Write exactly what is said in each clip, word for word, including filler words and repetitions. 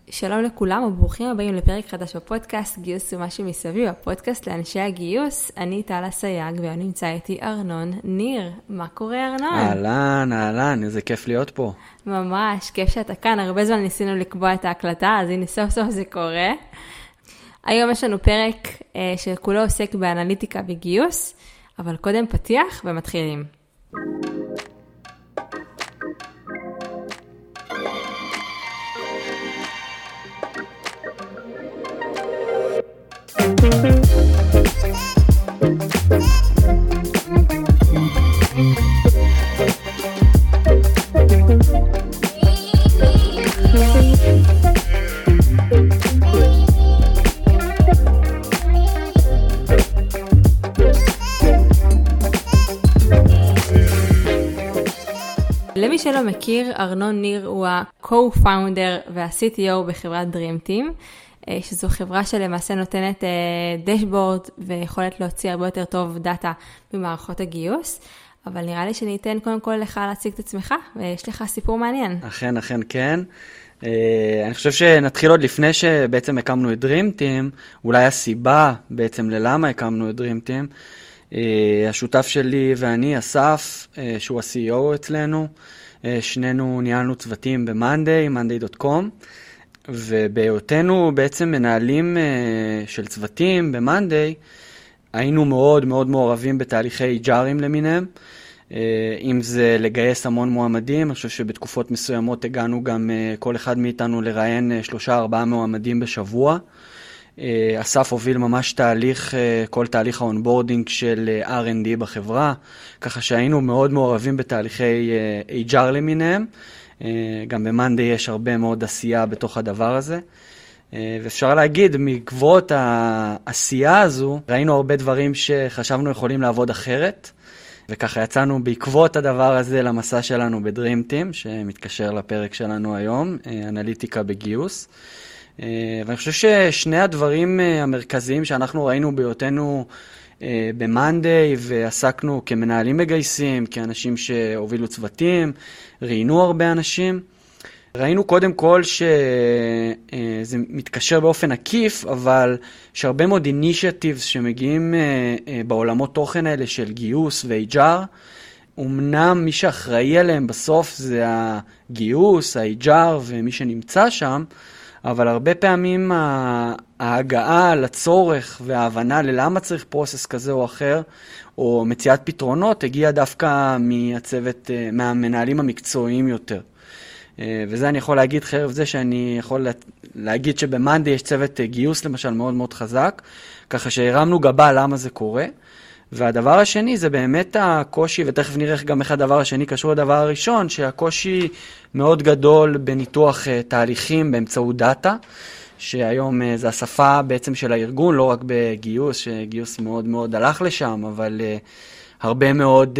שלום לכולם וברוכים הבאים לפרק חדש בפודקאסט גיוס ומשהו מסביב, הפודקאסט לאנשי הגיוס. אני טלה סייג ואני נמצא איתי ארנון ניר. מה קורה ארנון? אהלן, אהלן, איזה כיף להיות פה. ממש, כיף שאתה כאן. הרבה זמן ניסינו לקבוע את ההקלטה, אז הנה סוף סוף זה קורה. היום יש לנו פרק אה, שכולו עוסק באנליטיקה בגיוס, אבל קודם פתיח ומתחילים. למי שלא מכיר, ארנון ניר הוא ה-co-founder וה-סי טי או בחברת Dream Team, שזו חברה שלמעשה נותנת דשבורד ויכולת להוציא הרבה יותר טוב דאטה במערכות הגיוס. אבל נראה לי שניתן קודם כל לך להציג את עצמך, ויש לך סיפור מעניין. אכן, אכן, כן. אני חושב שנתחיל עוד לפני שבעצם הקמנו את Dream Team, אולי הסיבה בעצם ללמה הקמנו את Dream Team. השותף שלי ואני, אסף, שהוא ה-סי אי או אצלנו, שנינו ניהלנו צוותים ב-Monday, מאנדיי דוט קום, ובהיותנו בעצם מנהלים של צוותים ב-Monday, היינו מאוד מאוד מעורבים בתהליכי ג'ארים למיניהם, אם זה לגייס המון מועמדים. אני חושב שבתקופות מסוימות הגענו גם כל אחד מאיתנו לראיין שלושה ארבעה מועמדים בשבוע. אסף הוביל ממש תהליך, כל תהליך האונבורדינג של אר אנד די בחברה, ככה שהיינו מאוד מעורבים בתהליכי אייץ' אר למיניהם. גם ב-Monday יש הרבה מאוד עשייה בתוך הדבר הזה. ואפשר להגיד, מקוות העשייה הזו, ראינו הרבה דברים שחשבנו יכולים לעבוד אחרת, וככה יצאנו בעקבות הדבר הזה למסע שלנו ב-Dream Team, שמתקשר לפרק שלנו היום, אנליטיקה בגיוס. ואני חושב ששני הדברים המרכזיים שאנחנו ראינו בהיותנו ב-Monday, ועסקנו כמנהלים מגייסים, כאנשים שהובילו צוותים, ראינו הרבה אנשים, ראינו קודם כל שזה מתקשר באופן עקיף, אבל שהרבה מאוד אינישטיבס שמגיעים בעולמות תוכן האלה של גיוס ו-אייץ' אר, אמנם מי שאחראי עליהם בסוף זה הגיוס, ה-אייץ' אר ומי שנמצא שם, אבל הרבה פעמים ההגעה לצורך וההבנה ללמה צריך פרוסס כזה או אחר, או מציאת פתרונות, הגיע דווקא מהצוות, מהמנהלים המקצועיים יותר. וזה אני יכול להגיד חרב זה שאני יכול להגיד שב-Monday יש צוות גיוס למשל מאוד מאוד חזק, ככה שהרמנו גבה למה זה קורה. והדבר השני זה באמת הקושי, ותכף נראה גם איך הדבר השני קשור לדבר הראשון, שהקושי מאוד גדול בניתוח תהליכים באמצעות דאטה, שהיום זה השפה בעצם של הארגון, לא רק בגיוס, שגיוס מאוד מאוד הלך לשם, אבל הרבה מאוד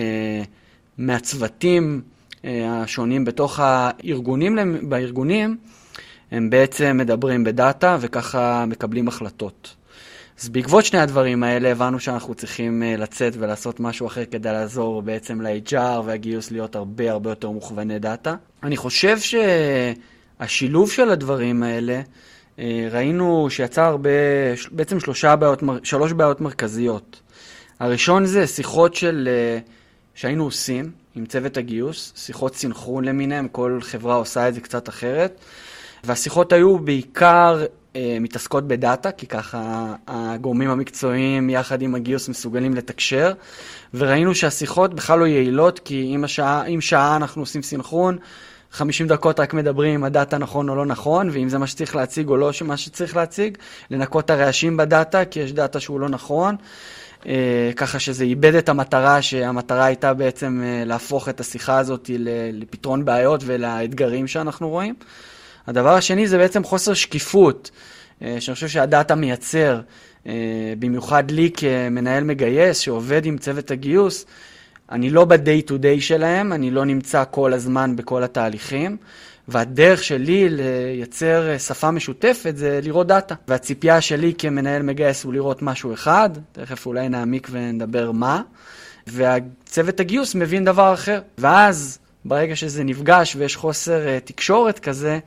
מהצוותים השונים בתוך הארגונים, בארגונים, הם בעצם מדברים בדאטה וככה מקבלים החלטות. אז בעקבות שני הדברים האלה הבנו שאנחנו צריכים לצאת ולעשות משהו אחר כדי לעזור בעצם ל-אייץ' אר והגיוס להיות הרבה הרבה יותר מוכווני דאטה. אני חושב שהשילוב של הדברים האלה, ראינו שיצא הרבה, בעצם שלושה בעיות, שלוש בעיות מרכזיות. הראשון זה שיחות של, שהיינו עושים עם צוות הגיוס, שיחות סינכרון למיניהם, כל חברה עושה את זה קצת אחרת, והשיחות היו בעיקר מתעסקות בדאטה, כי ככה הגורמים המקצועיים יחד עם הגיוס מסוגלים לתקשר, וראינו שהשיחות בכלל לא יעילות, כי אם, השעה, אם שעה אנחנו עושים סינכרון, חמישים דקות רק מדברים אם הדאטה נכון או לא נכון, ואם זה מה שצריך להציג או לא מה שצריך להציג, לנקות את הרעשים בדאטה, כי יש דאטה שהוא לא נכון, ככה שזה איבד את המטרה, שהמטרה הייתה בעצם להפוך את השיחה הזאת לפתרון בעיות ולאתגרים שאנחנו רואים. הדבר השני זה בעצם חוסר שקיפות, שאני חושב שהדאטה מייצר, במיוחד לי כמנהל מגייס שעובד עם צוות הגיוס, אני לא ב-day to day שלהם, אני לא נמצא כל הזמן בכל התהליכים, והדרך שלי לייצר שפה משותפת זה לראות דאטה. והציפייה שלי כמנהל מגייס הוא לראות משהו אחד, תכף אולי נעמיק ונדבר מה, והצוות הגיוס מבין דבר אחר. ואז ברגע שזה נפגש ויש חוסר תקשורת כזה,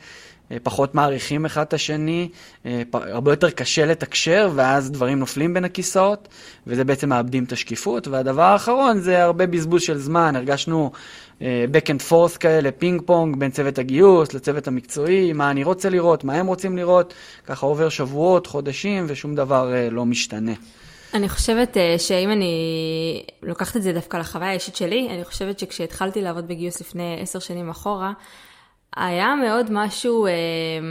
פחות מעריכים אחד את השני, הרבה יותר קשה לתקשר, ואז דברים נופלים בין הכיסאות, וזה בעצם מאבדים את השקיפות. והדבר האחרון זה הרבה בזבוז של זמן, הרגשנו back and forth כאלה, פינג פונג בין צוות הגיוס לצוות המקצועי, מה אני רוצה לראות, מה הם רוצים לראות, ככה עובר שבועות, חודשים, ושום דבר לא משתנה. אני חושבת שאם אני לוקחת את זה דווקא לחוויה האישית שלי, אני חושבת שכשהתחלתי לעבוד בגיוס לפני עשר שנים אחורה, היה מאוד משהו אה,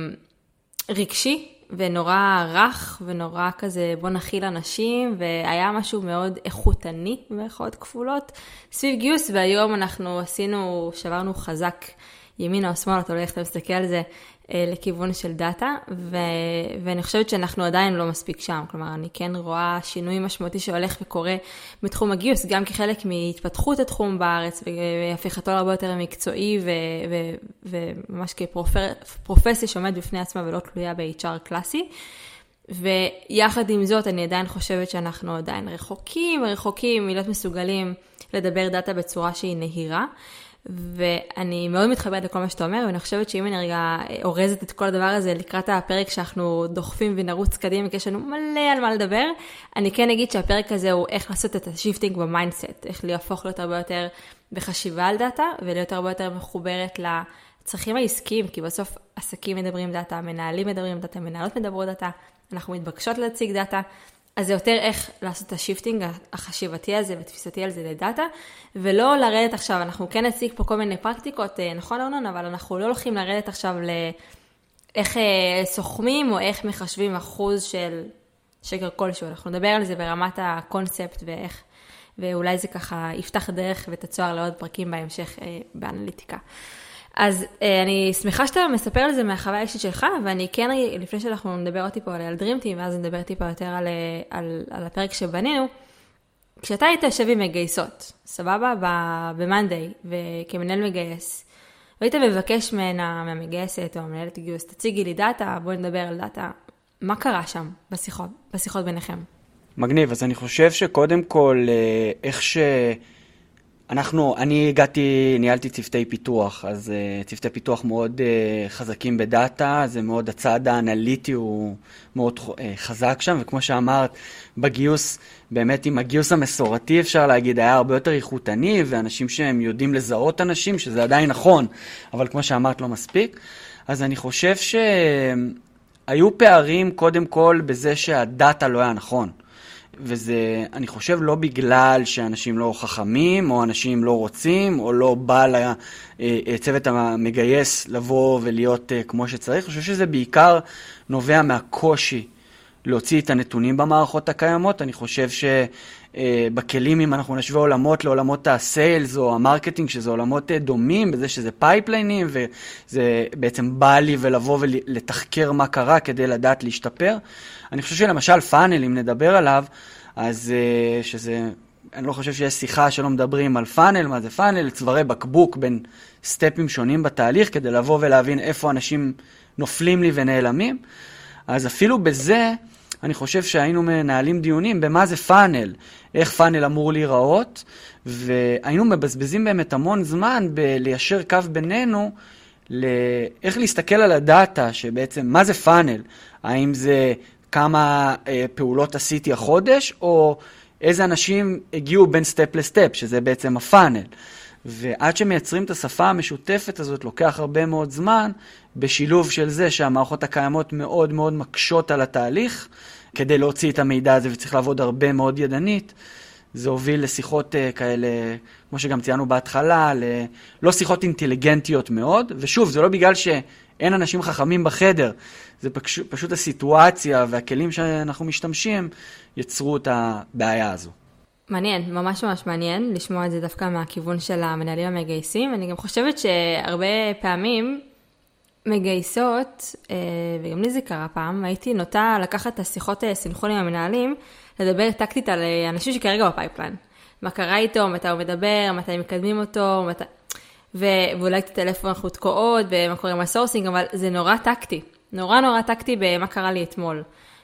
רגשי ונורא רך ונורא כזה בוא נכיל אנשים, והיה משהו מאוד איכותני במרכאות כפולות סביב גיוס, והיום אנחנו עשינו, שברנו חזק ימינה או שמאלה, אתה לא איך אתה מסתכל על זה, לכיוון של דאטה, ו... ואני חושבת שאנחנו עדיין לא מספיק שם. כלומר, אני כן רואה שינוי משמעותי שהולך וקורה בתחום הגיוס, גם כחלק מהתפתחות התחום בארץ, והפיכתו להרבה יותר מקצועי, ו... ו... וממש כפרופסיה שעומד בפני עצמה ולא תלויה ב-אייץ' אר קלאסי. ויחד עם זאת, אני עדיין חושבת שאנחנו עדיין רחוקים, רחוקים מלהיות מסוגלים לדבר דאטה בצורה שהיא נהירה, ואני מאוד מתחברת לכל מה שאתה אומר, ואני חושבת שאם אני רגע אורזת את כל הדבר הזה לקראת הפרק שאנחנו דוחפים ונרוץ קדימה, כי יש לנו מלא על מה לדבר, אני כן אגיד שהפרק הזה הוא איך לעשות את השיפטינג במיינדסט, איך להפוך להיות הרבה יותר בחשיבה על דאטה, ולהיות הרבה יותר מחוברת לצרכים העסקיים, כי בסוף עסקים מדברים דאטה, מנהלים מדברים דאטה, מנהלות מדברות דאטה, אנחנו מתבקשות להציג דאטה, אז זה יותר איך לעשות את השיפטינג החשיבתי הזה ותפיסתי על זה לדאטה, ולא לרדת עכשיו, אנחנו כן נציג פה כל מיני פרקטיקות, נכון אורנון, אבל אנחנו לא הולכים לרדת עכשיו לאיך סוכמים או איך מחשבים אחוז של שקר כלשהו, אנחנו נדבר על זה ברמת הקונספט ואיך, ואולי זה ככה יפתח דרך ותצוער לעוד פרקים בהמשך באנליטיקה. אז אני שמחה שאתה מספר על זה מהחוויה האישית שלך, ואני כן, לפני שאנחנו נדבר אותי פה על דרימטים, ואז נדבר טיפה יותר על, על, על הפרק שבנינו, כשאתה היית יושב עם מגייסות, סבבה, במנדי, וכמנהל מגייס, והיית מבקש ממנה, מהמגייסת או המנהלת גיוס, תציגי לי דאטה, בואי נדבר על דאטה, מה קרה שם בשיחות, בשיחות ביניכם? מגניב, אז אני חושב שקודם כל, איך ש... אנחנו, אני הגעתי, ניהלתי צוותי פיתוח, אז uh, צוותי פיתוח מאוד uh, חזקים בדאטה, זה מאוד, הצעד האנליטי הוא מאוד uh, חזק שם, וכמו שאמרת, בגיוס, באמת עם הגיוס המסורתי אפשר להגיד, היה הרבה יותר איכותני, ואנשים שהם יודעים לזהות אנשים, שזה עדיין נכון, אבל כמו שאמרת לא מספיק, אז אני חושב שהיו פערים קודם כל בזה שהדאטה לא היה נכון. וזה, אני חושב, לא בגלל שאנשים לא חכמים, או אנשים לא רוצים, או לא בא לצוות המגייס לבוא ולהיות כמו שצריך. אני חושב שזה בעיקר נובע מהקושי להוציא את הנתונים במערכות הקיימות. אני חושב שבכלים, אם אנחנו נשווה עולמות לעולמות הסיילס או המרקטינג, שזה עולמות דומים, בזה שזה פייפליינים, וזה בעצם בא לי ולבוא ולתחקר מה קרה כדי לדעת להשתפר. אני חושב שלמשל פאנל, אם נדבר עליו, אז שזה, אני לא חושב שיש שיחה שלא מדברים על פאנל, מה זה פאנל, צווארי בקבוק בין סטפים שונים בתהליך, כדי לבוא ולהבין איפה אנשים נופלים לי ונעלמים. אז אפילו בזה, אני חושב שהיינו מנהלים דיונים במה זה פאנל, איך פאנל אמור להיראות, והיינו מבזבזים באמת המון זמן בליישר קו בינינו, לאיך להסתכל על הדאטה, שבעצם מה זה פאנל, האם זה כמה אה, פעולות עשיתי החודש, או איזה אנשים הגיעו בין סטפ לסטפ, שזה בעצם הפאנל. ועד שמייצרים את השפה המשותפת הזאת, לוקח הרבה מאוד זמן, בשילוב של זה שהמערכות הקיימות מאוד מאוד מקשות על התהליך, כדי להוציא את המידע הזה, וצריך לעבוד הרבה מאוד ידנית. זה הוביל לשיחות uh, כאלה, כמו שגם ציינו בהתחלה, ל... לא שיחות אינטליגנטיות מאוד, ושוב, זה לא בגלל שאין אנשים חכמים בחדר, זה פשוט, פשוט הסיטואציה והכלים שאנחנו משתמשים יצרו את הבעיה הזו. מעניין, ממש ממש מעניין לשמוע את זה דווקא מהכיוון של המנהלים המגייסים. אני גם חושבת שהרבה פעמים מגייסות, וגם לי זה קרה פעם, הייתי נוטה לקחת את השיחות סינכרון עם המנהלים, לדבר טקטית על אנשים שכרגע בפייפליין. מה קרה איתו, מתי הוא מדבר, מתי מקדמים אותו, מתי... ו... ואולי את הטלפון אנחנו תקועות, ומה קורה עם הסורסינג, אבל זה נורא טקטי. נורא נורא טקטי במה קרה לי אתמול.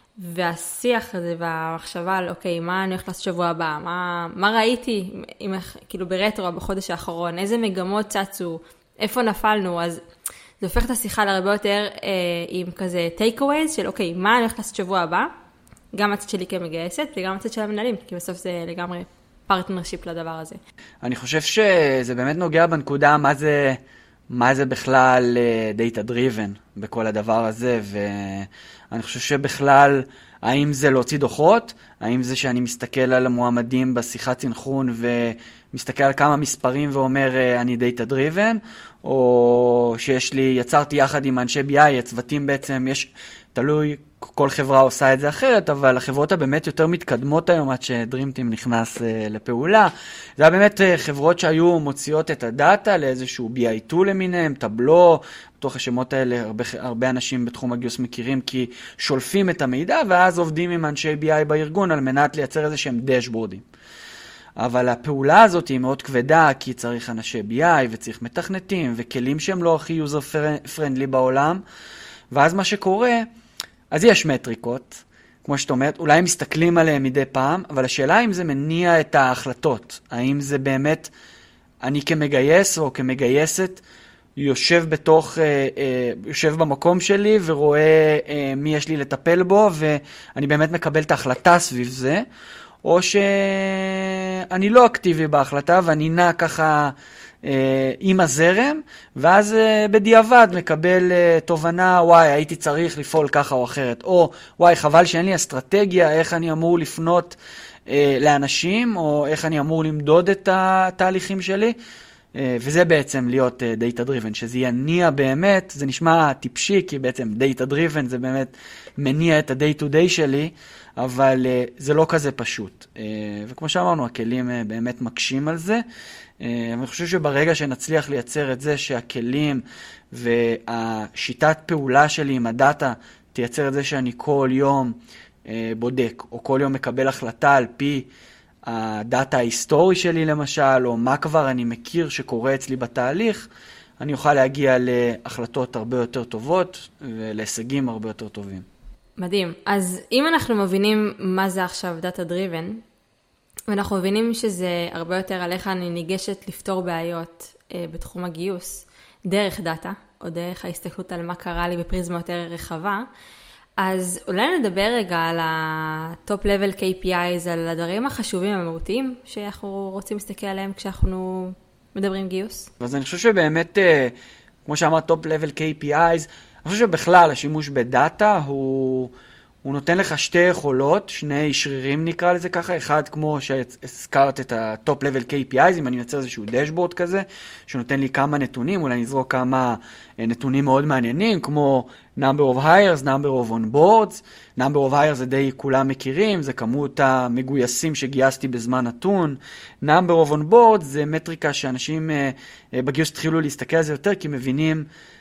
והשיח הזה והמחשבה על, אוקיי, מה אני הולכת לעשות שבוע הבא? מה, מה ראיתי, עם, כאילו ברטרו, בחודש האחרון? איזה מגמות צצו? איפה נפלנו? אז זה הופך את השיחה להרבה יותר אה, עם כזה take-aways של אוקיי, מה אני הולכת לעשות שבוע הבא? גם הצד שלי כמגייסת וגם הצד של המנהלים, כי בסוף זה לגמרי פרטנרשיפ לדבר הזה. אני חושב שזה באמת נוגע בנקודה מה זה, מה זה בכלל data driven בכל הדבר הזה, ואני חושב שבכלל, האם זה להוציא דוחות, האם זה שאני מסתכל על המועמדים בשיחת סנכרון ומסתכל על כמה מספרים ואומר אני data driven, או שיש לי, יצרתי יחד עם אנשי בי איי, הצוותים בעצם, יש, תלוי, כל חברה עושה את זה אחרת, אבל החברות הבאמת יותר מתקדמות היום עד שדרימטים נכנס uh, לפעולה. זה היה באמת uh, חברות שהיו מוציאות את הדאטה לאיזשהו בי איי טו למיניהם, טבלו, בתוך השמות האלה הרבה, הרבה אנשים בתחום הגיוס מכירים, כי שולפים את המידע ואז עובדים עם אנשי בי איי בארגון על מנת לייצר איזה שהם דשבורדים. אבל הפעולה הזאת היא מאוד כבדה, כי צריך אנשי בי איי וצריך מתכנתים וכלים שהם לא הכי יוזר פרנדלי בעולם, ואז מה שקורה, אז יש מטריקות, כמו שאת אומרת, אולי מסתכלים עליהם מדי פעם, אבל השאלה אם זה מניע את ההחלטות, האם זה באמת, אני כמגייס או כמגייסת, יושב בתוך, אה, אה, יושב במקום שלי ורואה אה, מי יש לי לטפל בו, ואני באמת מקבל את ההחלטה סביב זה, או שאני לא אקטיבי בהחלטה ואני נע ככה אה, עם הזרם, ואז אה, בדיעבד מקבל אה, תובנה, וואי, הייתי צריך לפעול ככה או אחרת, או וואי, חבל שאין לי אסטרטגיה, איך אני אמור לפנות אה, לאנשים, או איך אני אמור למדוד את התהליכים שלי, אה, וזה בעצם להיות אה, data driven, שזה יניע באמת, זה נשמע טיפשי, כי בעצם data driven זה באמת מניע את ה-day to day שלי, אבל uh, זה לא כזה פשוט. Uh, וכמו שאמרנו, הכלים uh, באמת מקשים על זה. Uh, אני חושב שברגע שנצליח לייצר את זה שהכלים והשיטת פעולה שלי עם הדאטה תייצר את זה שאני כל יום uh, בודק, או כל יום מקבל החלטה על פי הדאטה ההיסטורי שלי למשל, או מה כבר אני מכיר שקורה אצלי בתהליך, אני אוכל להגיע להחלטות הרבה יותר טובות ולהישגים הרבה יותר טובים. מדהים. אז אם אנחנו מבינים מה זה עכשיו דאטה דריבן, ואנחנו מבינים שזה הרבה יותר על איך אני ניגשת לפתור בעיות אה, בתחום הגיוס, דרך דאטה, או דרך ההסתכלות על מה קרה לי בפריזמה יותר רחבה, אז אולי נדבר רגע על ה-top level קי פי איז, על הדברים החשובים המהותיים שאנחנו רוצים להסתכל עליהם כשאנחנו מדברים גיוס. אז אני חושב שבאמת, כמו שאמרת, top level קי פי איז, אני חושב שבכלל השימוש בדאטה הוא, הוא נותן לך שתי יכולות, שני שרירים נקרא לזה ככה, אחד כמו שהזכרת את ה-top level קי פי איז, אם אני מייצר איזשהו דשבורד כזה, שנותן לי כמה נתונים, אולי נזרוק כמה נתונים מאוד מעניינים, כמו number of hires, number of onboards, number of hires זה די כולם מכירים, זה כמות המגויסים שגייסתי בזמן נתון, number of onboards זה מטריקה שאנשים בגיוס התחילו להסתכל על זה יותר, כי מבינים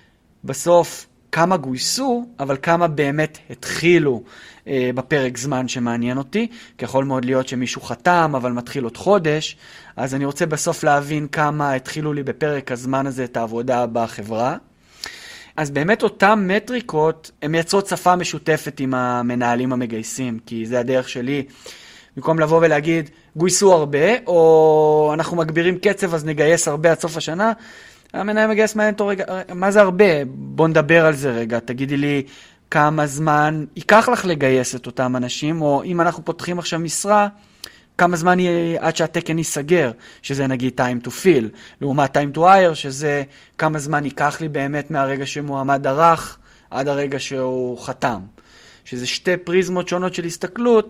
בסוף כמה גויסו, אבל כמה באמת התחילו אה, בפרק זמן שמעניין אותי, כי יכול מאוד להיות שמישהו חתם, אבל מתחיל עוד חודש, אז אני רוצה בסוף להבין כמה התחילו לי בפרק הזמן הזה את העבודה בחברה. אז באמת אותם מטריקות, הן מייצרות שפה משותפת עם המנהלים המגייסים, כי זה הדרך שלי, במקום לבוא ולהגיד, גויסו הרבה, או אנחנו מגבירים קצב, אז נגייס הרבה עד סוף השנה, המנהל מגייס מעניין אותו רגע, מה זה הרבה? בוא נדבר על זה רגע, תגידי לי כמה זמן ייקח לך לגייס את אותם אנשים, או אם אנחנו פותחים עכשיו משרה, כמה זמן יהיה עד שהתקן ייסגר, שזה נגיד time to fill, לעומת time to hire, שזה כמה זמן ייקח לי באמת מהרגע שמועמד ערך, עד הרגע שהוא חתם. שזה שתי פריזמות שונות של הסתכלות,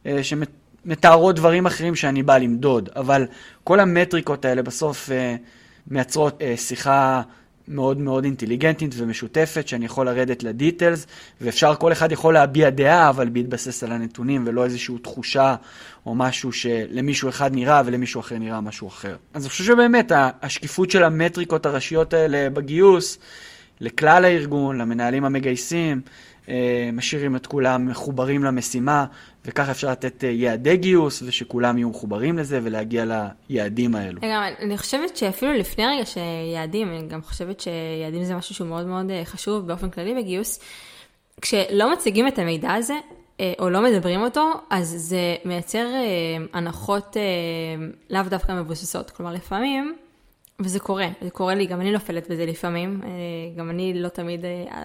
שמתארות דברים אחרים שאני בא למדוד, אבל כל המטריקות האלה בסוף מייצרות אה, שיחה מאוד מאוד אינטליגנטית ומשותפת, שאני יכול לרדת לדיטלס, ואפשר, כל אחד יכול להביע דעה, אבל בהתבסס על הנתונים, ולא איזושהי תחושה או משהו שלמישהו אחד נראה ולמישהו אחר נראה משהו אחר. אז אני חושב שבאמת השקיפות של המטריקות הראשיות האלה בגיוס, לכלל הארגון, למנהלים המגייסים, משאירים את כולם מחוברים למשימה, וכך אפשר לתת יעדי גיוס, ושכולם יהיו מחוברים לזה, ולהגיע ליעדים האלו. אני חושבת שאפילו לפני רגע שיעדים, אני גם חושבת שיעדים זה משהו שהוא מאוד מאוד חשוב באופן כללי בגיוס, כשלא מציגים את המידע הזה, או לא מדברים אותו, אז זה מייצר הנחות לאו דווקא מבוססות. כלומר, לפעמים וזה קורה, זה קורה לי, גם אני נופלת בזה לפעמים, גם אני לא תמיד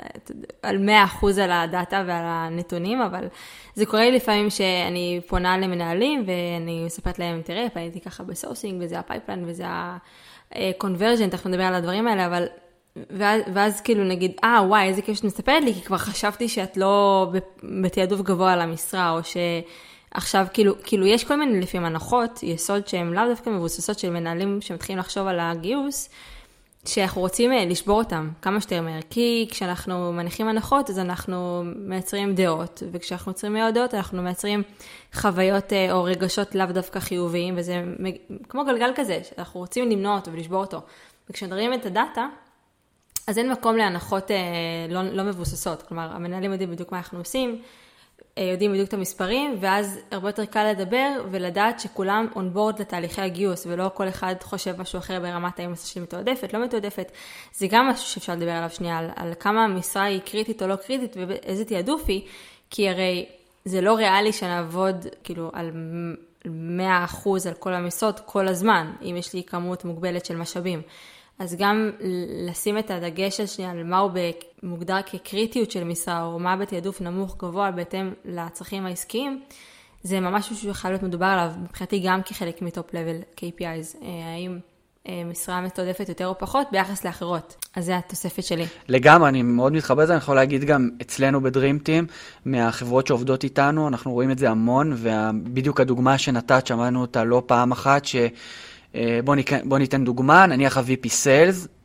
על מאה אחוז על הדאטה ועל הנתונים, אבל זה קורה לי לפעמים שאני פונה למנהלים ואני מספרת להם, תראה, פניתי ככה בסורסינג וזה הפייפליין וזה ה-conversion, תכף נדבר על הדברים האלה, אבל ואז, ואז כאילו נגיד, אה, וואי, איזה כיף שאת מספרת לי, כי כבר חשבתי שאת לא בתיעדוף גבוה על המשרה, או שעכשיו, כאילו, כאילו יש כל מיני לפעמים הנחות, יסוד שהן לאו דווקא מבוססות של מנהלים שמתחילים לחשוב על הגיוס, שאנחנו רוצים לשבור אותם כמה שיותר מהר, כי כשאנחנו מניחים הנחות, אז אנחנו מייצרים דעות, וכשאנחנו מייצרים מאוד דעות, אנחנו מייצרים חוויות או רגשות לאו דווקא חיוביים, וזה כמו גלגל כזה, שאנחנו רוצים למנוע אותו ולשבור אותו. וכשנדרים את הדאטה, אז אין מקום להנחות לא, לא מבוססות, כלומר, המנהלים יודעים בדיוק מה אנחנו עושים, יודעים בדיוק את המספרים, ואז הרבה יותר קל לדבר ולדעת שכולם on board לתהליכי הגיוס, ולא כל אחד חושב משהו אחר ברמת האם המשרה שלי מתועדפת, לא מתועדפת. זה גם משהו שאפשר לדבר עליו שנייה, על, על כמה המשרה היא קריטית או לא קריטית, ואיזה תיעדוף היא, כי הרי זה לא ריאלי שנעבוד כאילו על מאה אחוז על כל המשרות כל הזמן, אם יש לי כמות מוגבלת של משאבים. אז גם לשים את הדגש השנייה על מה הוא מוגדר כקריטיות של משרה, או מה בתיעדוף נמוך גבוה בהתאם לצרכים העסקיים, זה ממש משהו שיכול להיות מדובר עליו, מבחינתי גם כחלק מטופ לבל קיי פי איז, האם משרה מתועדפת יותר או פחות ביחס לאחרות. אז זה התוספת שלי. לגמרי, אני מאוד מתחבר לזה, אני יכול להגיד גם אצלנו בדרים טים, מהחברות שעובדות איתנו, אנחנו רואים את זה המון, ובדיוק הדוגמה שנתת, שמענו אותה לא פעם אחת, ש... בוא, ניתן, בוא ניתן דוגמה, נניח ה-וי פי Sales,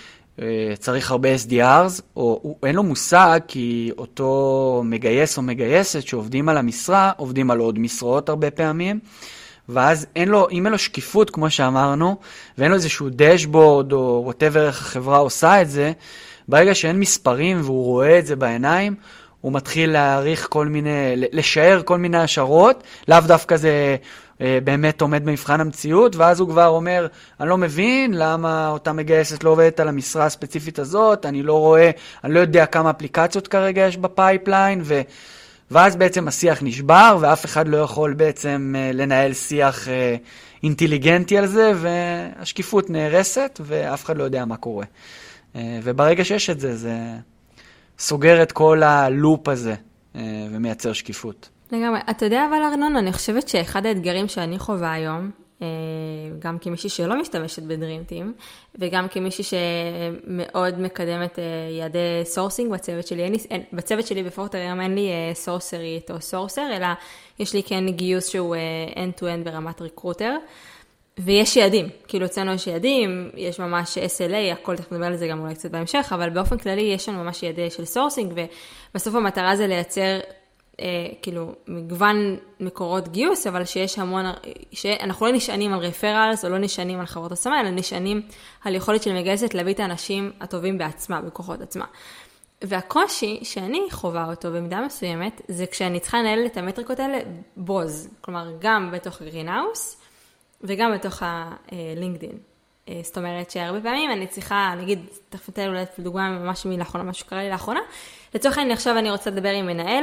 צריך הרבה אס די ארס, או אין לו מושג כי אותו מגייס או מגייסת שעובדים על המשרה, עובדים על עוד משרות הרבה פעמים, ואז אין לו, אם אין לו שקיפות כמו שאמרנו, ואין לו איזשהו דשבורד או whatever איך החברה עושה את זה, ברגע שאין מספרים והוא רואה את זה בעיניים, הוא מתחיל להעריך כל מיני, לשער כל מיני השערות, לאו דווקא זה באמת עומד במבחן המציאות, ואז הוא כבר אומר, אני לא מבין למה אותה מגייסת לא עובדת על המשרה הספציפית הזאת, אני לא רואה, אני לא יודע כמה אפליקציות כרגע יש בפייפליין, ו... ואז בעצם השיח נשבר, ואף אחד לא יכול בעצם לנהל שיח אינטליגנטי על זה, והשקיפות נהרסת, ואף אחד לא יודע מה קורה. וברגע שיש את זה, זה סוגר את כל הלופ הזה, ומייצר שקיפות. לגמרי. אתה יודע, אבל ארנון, אני חושבת שאחד האתגרים שאני חווה היום, גם כמישהי שלא משתמשת בדרימטים, וגם כמישהי שמאוד מקדמת יעדי סורסינג בצוות שלי, אין לי, אין, בצוות שלי בפורטר היום אין לי סורסרית או סורסר, אלא יש לי כן גיוס שהוא end-to-end ברמת ריקרוטר, ויש יעדים, כאילו אצלנו יש יעדים, יש ממש אס אל איי, הכל תכף נדבר על זה גם אולי קצת בהמשך, אבל באופן כללי יש לנו ממש יעדי של סורסינג, ובסוף המטרה זה לייצר כאילו מגוון מקורות גיוס, אבל שיש המון, שאנחנו לא נשענים על רפרלס, או לא נשענים על חברות השמה, אלא נשענים על יכולת של מגייסת להביא את האנשים הטובים בעצמה, בכוחות עצמה. והקושי שאני חווה אותו במידה מסוימת, זה כשאני צריכה לנהל את המטריקות האלה בוז, כלומר גם בתוך גרינהאוס, וגם בתוך הלינקדין. זאת אומרת שהרבה פעמים אני צריכה, נגיד, תפתל אולי דוגמה ממש מלאחרונה, משהו שקרה לי לאחרונה, לצורך העניין עכשיו אני רוצה לדבר עם מנהל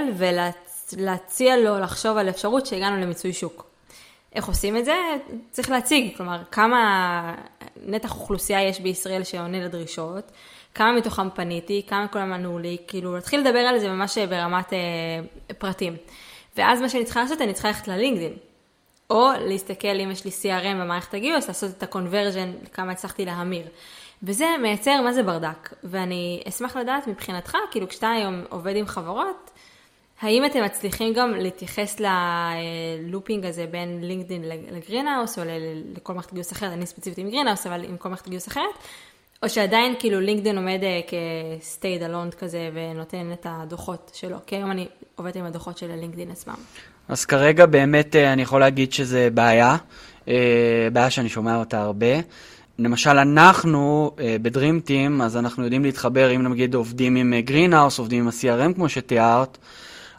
ולהציע לו לחשוב על אפשרות שהגענו למיצוי שוק. איך עושים את זה? צריך להציג, כלומר, כמה נתח אוכלוסייה יש בישראל שעונה לדרישות, כמה מתוכם פניתי, כמה כולם ענו לי, כאילו להתחיל לדבר על זה ממש ברמת אה, פרטים. ואז מה שאני צריכה לעשות, אני צריכה ללכת ללינקדין. או להסתכל אם יש לי סי אר אם במערכת הגיוס, לעשות את הקונברז'ן, כמה הצלחתי להמיר. וזה מייצר מה זה ברדק. ואני אשמח לדעת מבחינתך, כאילו כשאתה היום עובד עם חברות, האם אתם מצליחים גם להתייחס ללופינג הזה בין לינקדין לגרינהאוס, או לכל מערכת גיוס אחרת, אני ספציפית עם גרינהאוס, אבל עם כל מערכת גיוס אחרת, או שעדיין כאילו לינקדין עומד כ-stayed alone כזה, ונותן את הדוחות שלו. כי היום אני עובדת עם הדוחות של הלינקדין עצמם. אז כרגע באמת אני יכול להגיד שזה בעיה, בעיה שאני שומע אותה הרבה. למשל אנחנו בדרים טים, אז אנחנו יודעים להתחבר, אם נגיד עובדים עם גרינהאוס, עובדים עם ה-סי אר אם כמו שתיארת,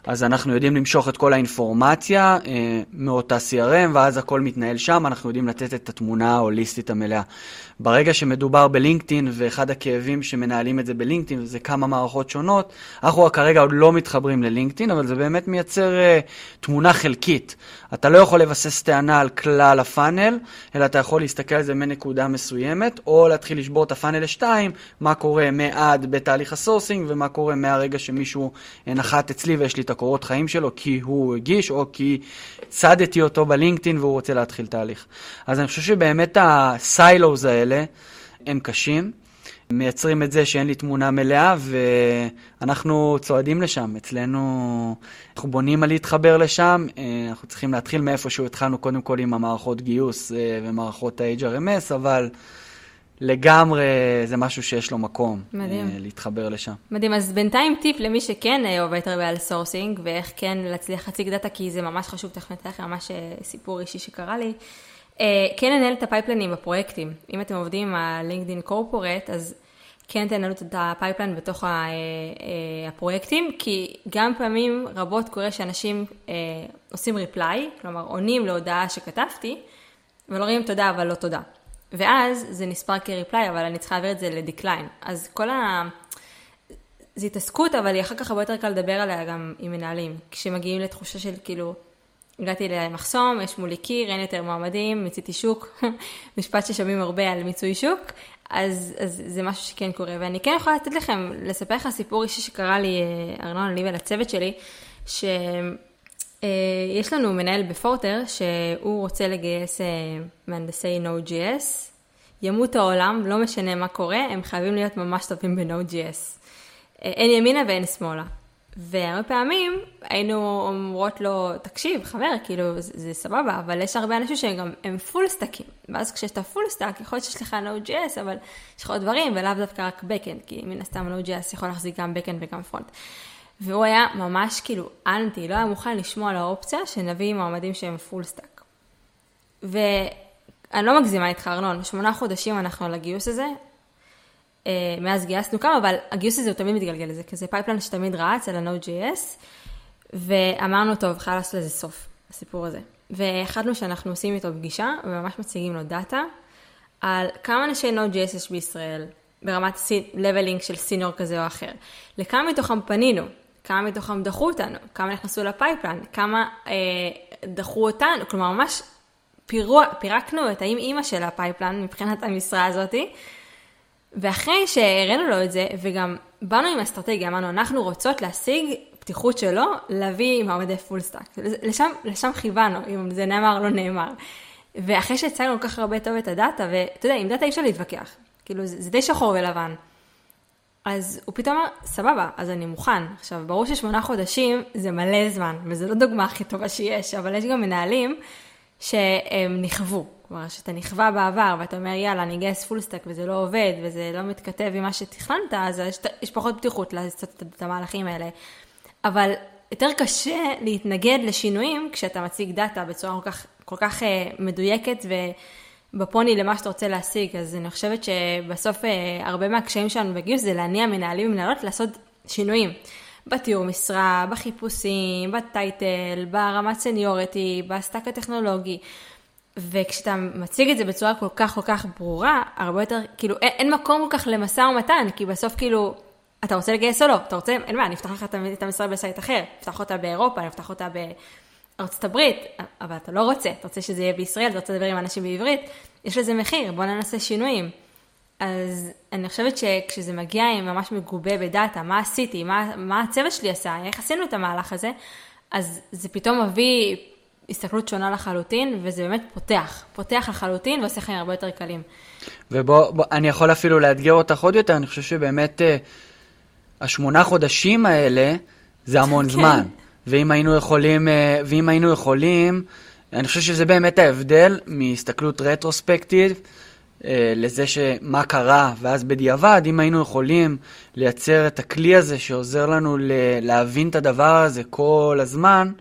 אז אנחנו יודעים למשוך את כל האינפורמציה אה, מאותה סי אר אם, ואז הכל מתנהל שם, אנחנו יודעים לתת את התמונה ההוליסטית המלאה. ברגע שמדובר בלינקדאין, ואחד הכאבים שמנהלים את זה בלינקדאין, זה כמה מערכות שונות, אנחנו כרגע עוד לא מתחברים ללינקדאין, אבל זה באמת מייצר אה, תמונה חלקית. אתה לא יכול לבסס טענה על כלל הפאנל, אלא אתה יכול להסתכל על זה מנקודה מסוימת, או להתחיל לשבור את הפאנל לשתיים, מה קורה מעד בתהליך הסורסינג, ומה קורה מהרגע שמישהו נחת אצלי ויש לי את הקורות חיים שלו, כי הוא הגיש, או כי צדתי אותו בלינקדאין והוא רוצה להתחיל תהליך. אז אני חושב שבאמת הסיילוז האלה הם קשים, מייצרים את זה שאין לי תמונה מלאה, ואנחנו צועדים לשם. אצלנו, אנחנו בונים על להתחבר לשם, אנחנו צריכים להתחיל מאיפשהו, התחלנו קודם כל עם המערכות גיוס ומערכות ה-אייץ' אר אם אס, אבל לגמרי זה משהו שיש לו מקום. מדהים. להתחבר לשם. מדהים, אז בינתיים טיפ למי שכן עובד הרבה על סורסינג, ואיך כן להצליח להציג דאטה, כי זה ממש חשוב, תכף לכם ממש סיפור אישי שקרה לי. כן לנהל את הפייפלנים בפרויקטים. אם אתם עובדים עם הלינקדאין קורפורט, אז כן תנהלו את הפייפלן בתוך הפרויקטים, כי גם פעמים רבות קורה שאנשים עושים ריפליי, כלומר עונים להודעה שכתבתי, ולא רואים תודה אבל לא תודה. ואז זה נספר כריפליי, אבל אני צריכה להעביר את זה לדקליין. אז כל ה... זה התעסקות, אבל היא אחר כך הרבה יותר קל לדבר עליה גם עם מנהלים. כשמגיעים לתחושה של כאילו, הגעתי למחסום, יש מולי קיר, אין יותר מועמדים, מיציתי שוק, משפט ששומעים הרבה על מיצוי שוק, אז, אז זה משהו שכן קורה. ואני כן יכולה לתת לכם, לספר לך סיפור אישי שקרה לי, ארנון, לי ולצוות שלי, ש... יש לנו מנהל בפורטר שהוא רוצה לגייס מהנדסי Node.js, ימות העולם, לא משנה מה קורה, הם חייבים להיות ממש טובים ב-Node.js. אין ימינה ואין שמאלה. והרבה פעמים היינו אומרות לו, תקשיב, חבר, כאילו, זה, זה סבבה, אבל יש הרבה אנשים שהם גם, הם פול סטאקים. ואז כשאתה פול סטאק, יכול להיות שיש לך Node.js, אבל יש לך עוד דברים, ולאו דווקא רק backend, כי מן הסתם Node.js יכול להחזיק גם backend וגם front. והוא היה ממש כאילו אנטי, לא היה מוכן לשמוע על האופציה שנביא מועמדים שהם פול סטאק. ואני לא מגזימה איתך, ארנון, שמונה חודשים אנחנו על הגיוס הזה, מאז גייסנו כמה, אבל הגיוס הזה הוא תמיד מתגלגל לזה, כי זה פייפלן שתמיד רץ על ה-Node.js, ואמרנו, טוב, חייב לעשות לזה סוף, הסיפור הזה. והחלטנו שאנחנו עושים איתו פגישה, וממש מציגים לו דאטה, על כמה אנשי Node.js יש בישראל, ברמת לבלינג של סיניור כזה או אחר. לכמה מתוכם פנינו, כמה מתוכם דחו אותנו, כמה נכנסו לפייפלן, כמה אה, דחו אותנו, כלומר ממש פירו, פירקנו את האם אימא של הפייפלן מבחינת המשרה הזאת, ואחרי שהראינו לו את זה, וגם באנו עם אסטרטגיה, אמרנו, אנחנו רוצות להשיג פתיחות שלו, להביא מעמדי פול סטאק. לשם, לשם חיוונו, אם זה נאמר לא נאמר. ואחרי שהצגנו כל כך הרבה טוב את הדאטה, ואתה יודע, עם דאטה אי אפשר להתווכח. כאילו, זה, זה די שחור ולבן. אז הוא פתאום אמר, סבבה, אז אני מוכן. עכשיו, ברור ששמונה חודשים זה מלא זמן, וזו לא דוגמה הכי טובה שיש, אבל יש גם מנהלים שהם נכוו. כלומר, שאתה נכווה בעבר, ואתה אומר, יאללה, אני אגייס פול סטאק, וזה לא עובד, וזה לא מתכתב עם מה שתכננת, אז יש, יש פחות פתיחות לעשות את המהלכים האלה. אבל יותר קשה להתנגד לשינויים, כשאתה מציג דאטה בצורה כל כך, כל כך מדויקת, ובפוני למה שאתה רוצה להשיג. אז אני חושבת שבסוף הרבה מהקשיים שלנו בגיוס, זה להניע מנהלים ומנהלות לעשות שינויים. בתיאור משרה, בחיפושים, בטייטל, ברמת סניוריטי, בסטאק הטכנולוגי. וכשאתה מציג את זה בצורה כל כך כל כך ברורה, הרבה יותר, כאילו, אין, אין מקום כל כך למשא ומתן, כי בסוף כאילו, אתה רוצה לגייס או לא, אתה רוצה, אין מה, נפתח לך את המשרה בסייט אחר, נפתח אותה באירופה, נפתח אותה בארצות הברית, אבל אתה לא רוצה, אתה רוצה שזה יהיה בישראל, אתה רוצה לדבר עם אנשים בעברית, יש לזה מחיר, בוא ננסה שינויים. אז אני חושבת שכשזה מגיע עם ממש מגובה בדאטה, מה עשיתי, מה, מה הצוות שלי עשה, איך עשינו את המהלך הזה, אז זה פתאום מביא הסתכלות שונה לחלוטין, וזה באמת פותח, פותח לחלוטין, ועושה חיים הרבה יותר קלים. ובוא, בוא, אני יכול אפילו לאתגר אותך עוד יותר, אני חושב שבאמת השמונה חודשים האלה, זה המון זמן. ואם היינו יכולים, ואם היינו יכולים, אני חושב שזה באמת ההבדל מהסתכלות רטרוספקטיב, לזה שמה קרה, ואז בדיעבד, אם היינו יכולים לייצר את הכלי הזה שעוזר לנו להבין את הדבר הזה כל הזמן,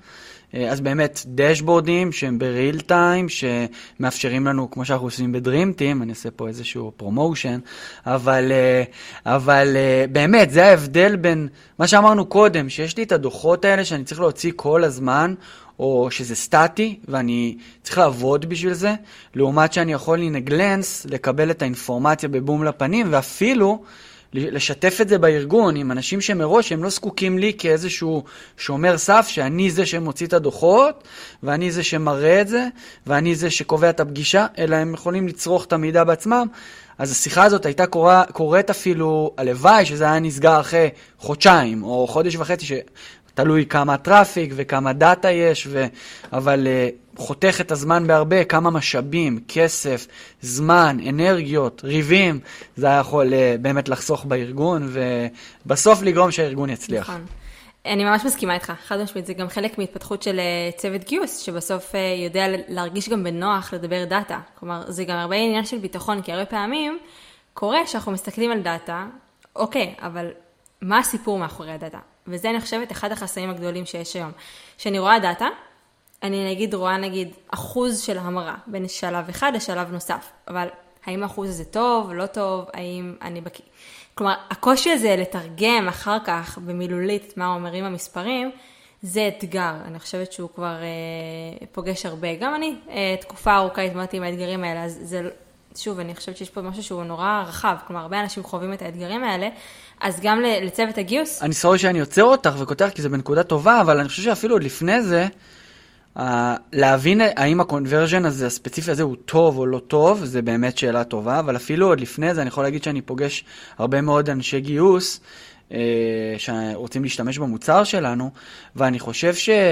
אז באמת דשבורדים שהם בריל טיים, שמאפשרים לנו, כמו שאנחנו עושים בדרים טים, אני אעשה פה איזשהו פרומושן, אבל, אבל באמת זה ההבדל בין מה שאמרנו קודם, שיש לי את הדוחות האלה שאני צריך להוציא כל הזמן, או שזה סטטי, ואני צריך לעבוד בשביל זה, לעומת שאני יכול לנגלנס, לקבל את האינפורמציה בבום לפנים, ואפילו לשתף את זה בארגון עם אנשים שמראש הם לא זקוקים לי כאיזשהו שומר סף, שאני זה שמוציא את הדוחות, ואני זה שמראה את זה, ואני זה שקובע את הפגישה, אלא הם יכולים לצרוך את המידע בעצמם. אז השיחה הזאת הייתה קורה, קורית אפילו הלוואי, שזה היה נסגר אחרי חודשיים, או חודש וחצי, שתלוי כמה טראפיק וכמה דאטה יש, ו... אבל uh, חותך את הזמן בהרבה, כמה משאבים, כסף, זמן, אנרגיות, ריבים, זה היה יכול uh, באמת לחסוך בארגון, ובסוף לגרום שהארגון יצליח. נכון. אני ממש מסכימה איתך, חד משמעית, זה גם חלק מהתפתחות של צוות גיוס, שבסוף יודע להרגיש גם בנוח לדבר דאטה. כלומר, זה גם הרבה עניין של ביטחון, כי הרבה פעמים קורה שאנחנו מסתכלים על דאטה, אוקיי, אבל מה הסיפור מאחורי הדאטה? וזה אני חושבת אחד החסמים הגדולים שיש היום. כשאני רואה דאטה, אני נגיד רואה נגיד אחוז של המרה, בין שלב אחד לשלב נוסף. אבל האם האחוז הזה טוב, לא טוב, האם אני בקיא? כלומר, הקושי הזה לתרגם אחר כך במילולית מה אומרים המספרים, זה אתגר. אני חושבת שהוא כבר אה, פוגש הרבה. גם אני, אה, תקופה ארוכה התמודדתי עם האתגרים האלה, אז זה, שוב, אני חושבת שיש פה משהו שהוא נורא רחב. כלומר, הרבה אנשים חווים את האתגרים האלה, אז גם לצוות הגיוס. אני סורי שאני יוצר אותך וכותך, כי זה בנקודה טובה, אבל אני חושב שאפילו עוד לפני זה, Uh, להבין האם הקונברז'ן הזה, הספציפי הזה, הוא טוב או לא טוב, זה באמת שאלה טובה, אבל אפילו עוד לפני זה אני יכול להגיד שאני פוגש הרבה מאוד אנשי גיוס uh, שרוצים להשתמש במוצר שלנו, ואני חושב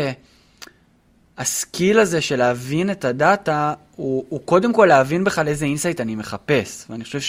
שהסקיל הזה של להבין את הדאטה, הוא, הוא קודם כל להבין בכלל איזה אינסייט אני מחפש, ואני חושב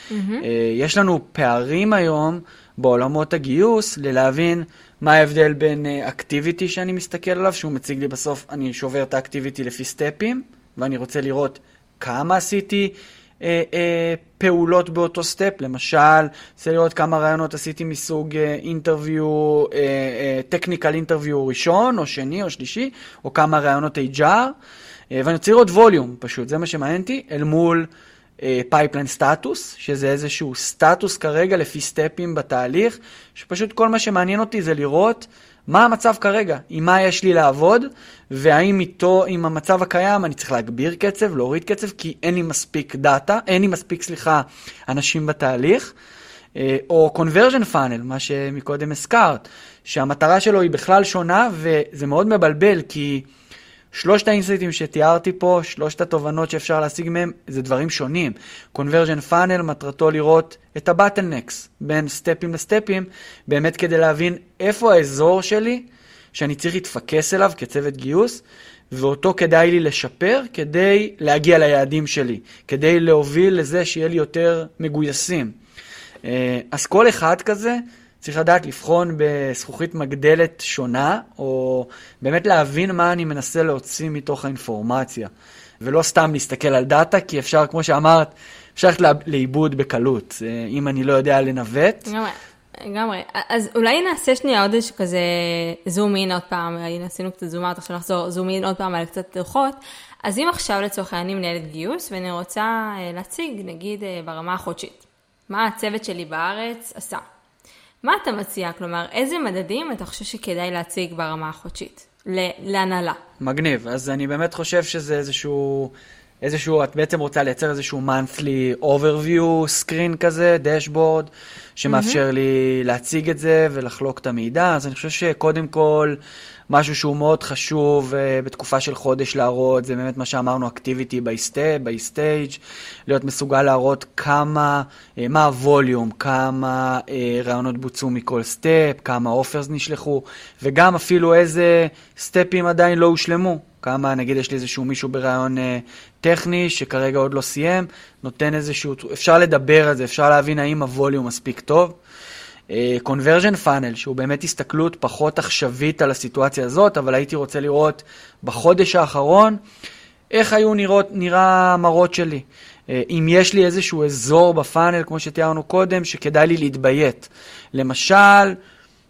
שיש mm-hmm. uh, לנו פערים היום בעולמות הגיוס ללהבין מה ההבדל בין אקטיביטי שאני מסתכל עליו, שהוא מציג לי בסוף, אני שובר את האקטיביטי לפי סטפים, ואני רוצה לראות כמה עשיתי אה, אה, פעולות באותו סטפ, למשל, רוצה לראות כמה רעיונות עשיתי מסוג אינטרוויו, טכניקל אינטרוויו ראשון, או שני, או שלישי, או כמה רעיונות אייץ' אר, אה, ואני רוצה לראות ווליום, פשוט, זה מה שמעניינתי, אל מול פייפליין סטטוס, שזה איזשהו סטטוס כרגע לפי סטפים בתהליך, שפשוט כל מה שמעניין אותי זה לראות מה המצב כרגע, עם מה יש לי לעבוד, והאם איתו, עם המצב הקיים, אני צריך להגביר קצב, להוריד קצב, כי אין לי מספיק דאטה, אין לי מספיק, סליחה, אנשים בתהליך, או conversion funnel, מה שמקודם הזכרת, שהמטרה שלו היא בכלל שונה, וזה מאוד מבלבל, כי שלושת האינסייטים שתיארתי פה, שלושת התובנות שאפשר להשיג מהם, זה דברים שונים. conversion funnel מטרתו לראות את הבטלנקס בין סטפים לסטפים, באמת כדי להבין איפה האזור שלי, שאני צריך להתפקס אליו כצוות גיוס, ואותו כדאי לי לשפר כדי להגיע ליעדים שלי, כדי להוביל לזה שיהיה לי יותר מגויסים. אז כל אחד כזה, צריך לדעת לבחון בזכוכית מגדלת שונה, או באמת להבין מה אני מנסה להוציא מתוך האינפורמציה, ולא סתם להסתכל על דאטה, כי אפשר, כמו שאמרת, אפשר ללכת לאיבוד בקלות, אם אני לא יודע לנווט. לגמרי, לגמרי. אז אולי נעשה שנייה עוד איזשהו כזה זום אין עוד פעם, עשינו קצת זום אאוט, עכשיו נחזור זום אין עוד פעם על קצת דוחות, אז אם עכשיו לצורך אני מנהלת גיוס, ואני רוצה להציג, נגיד, ברמה החודשית, מה הצוות שלי בארץ עשה? מה אתה מציע? כלומר, איזה מדדים אתה חושב שכדאי להציג ברמה החודשית? להנהלה. מגניב. אז אני באמת חושב שזה איזשהו, איזשהו, את בעצם רוצה לייצר איזשהו monthly overview screen כזה, dashboard, שמאפשר mm-hmm. לי להציג את זה ולחלוק את המידע. אז אני חושב שקודם כל, משהו שהוא מאוד חשוב uh, בתקופה של חודש להראות, זה באמת מה שאמרנו, activity by step, by stage, להיות מסוגל להראות כמה, uh, מה הווליום, כמה uh, רעיונות בוצעו מכל סטפ, כמה offers נשלחו, וגם אפילו איזה סטפים עדיין לא הושלמו. כמה, נגיד יש לי איזשהו מישהו ברעיון uh, טכני שכרגע עוד לא סיים, נותן איזשהו, אפשר לדבר על זה, אפשר להבין האם הווליום מספיק טוב. conversion funnel, שהוא באמת הסתכלות פחות עכשווית על הסיטואציה הזאת, אבל הייתי רוצה לראות בחודש האחרון, איך היו נראות, נראה המראות שלי. אם יש לי איזשהו אזור בפאנל, כמו שתיארנו קודם, שכדאי לי להתביית. למשל,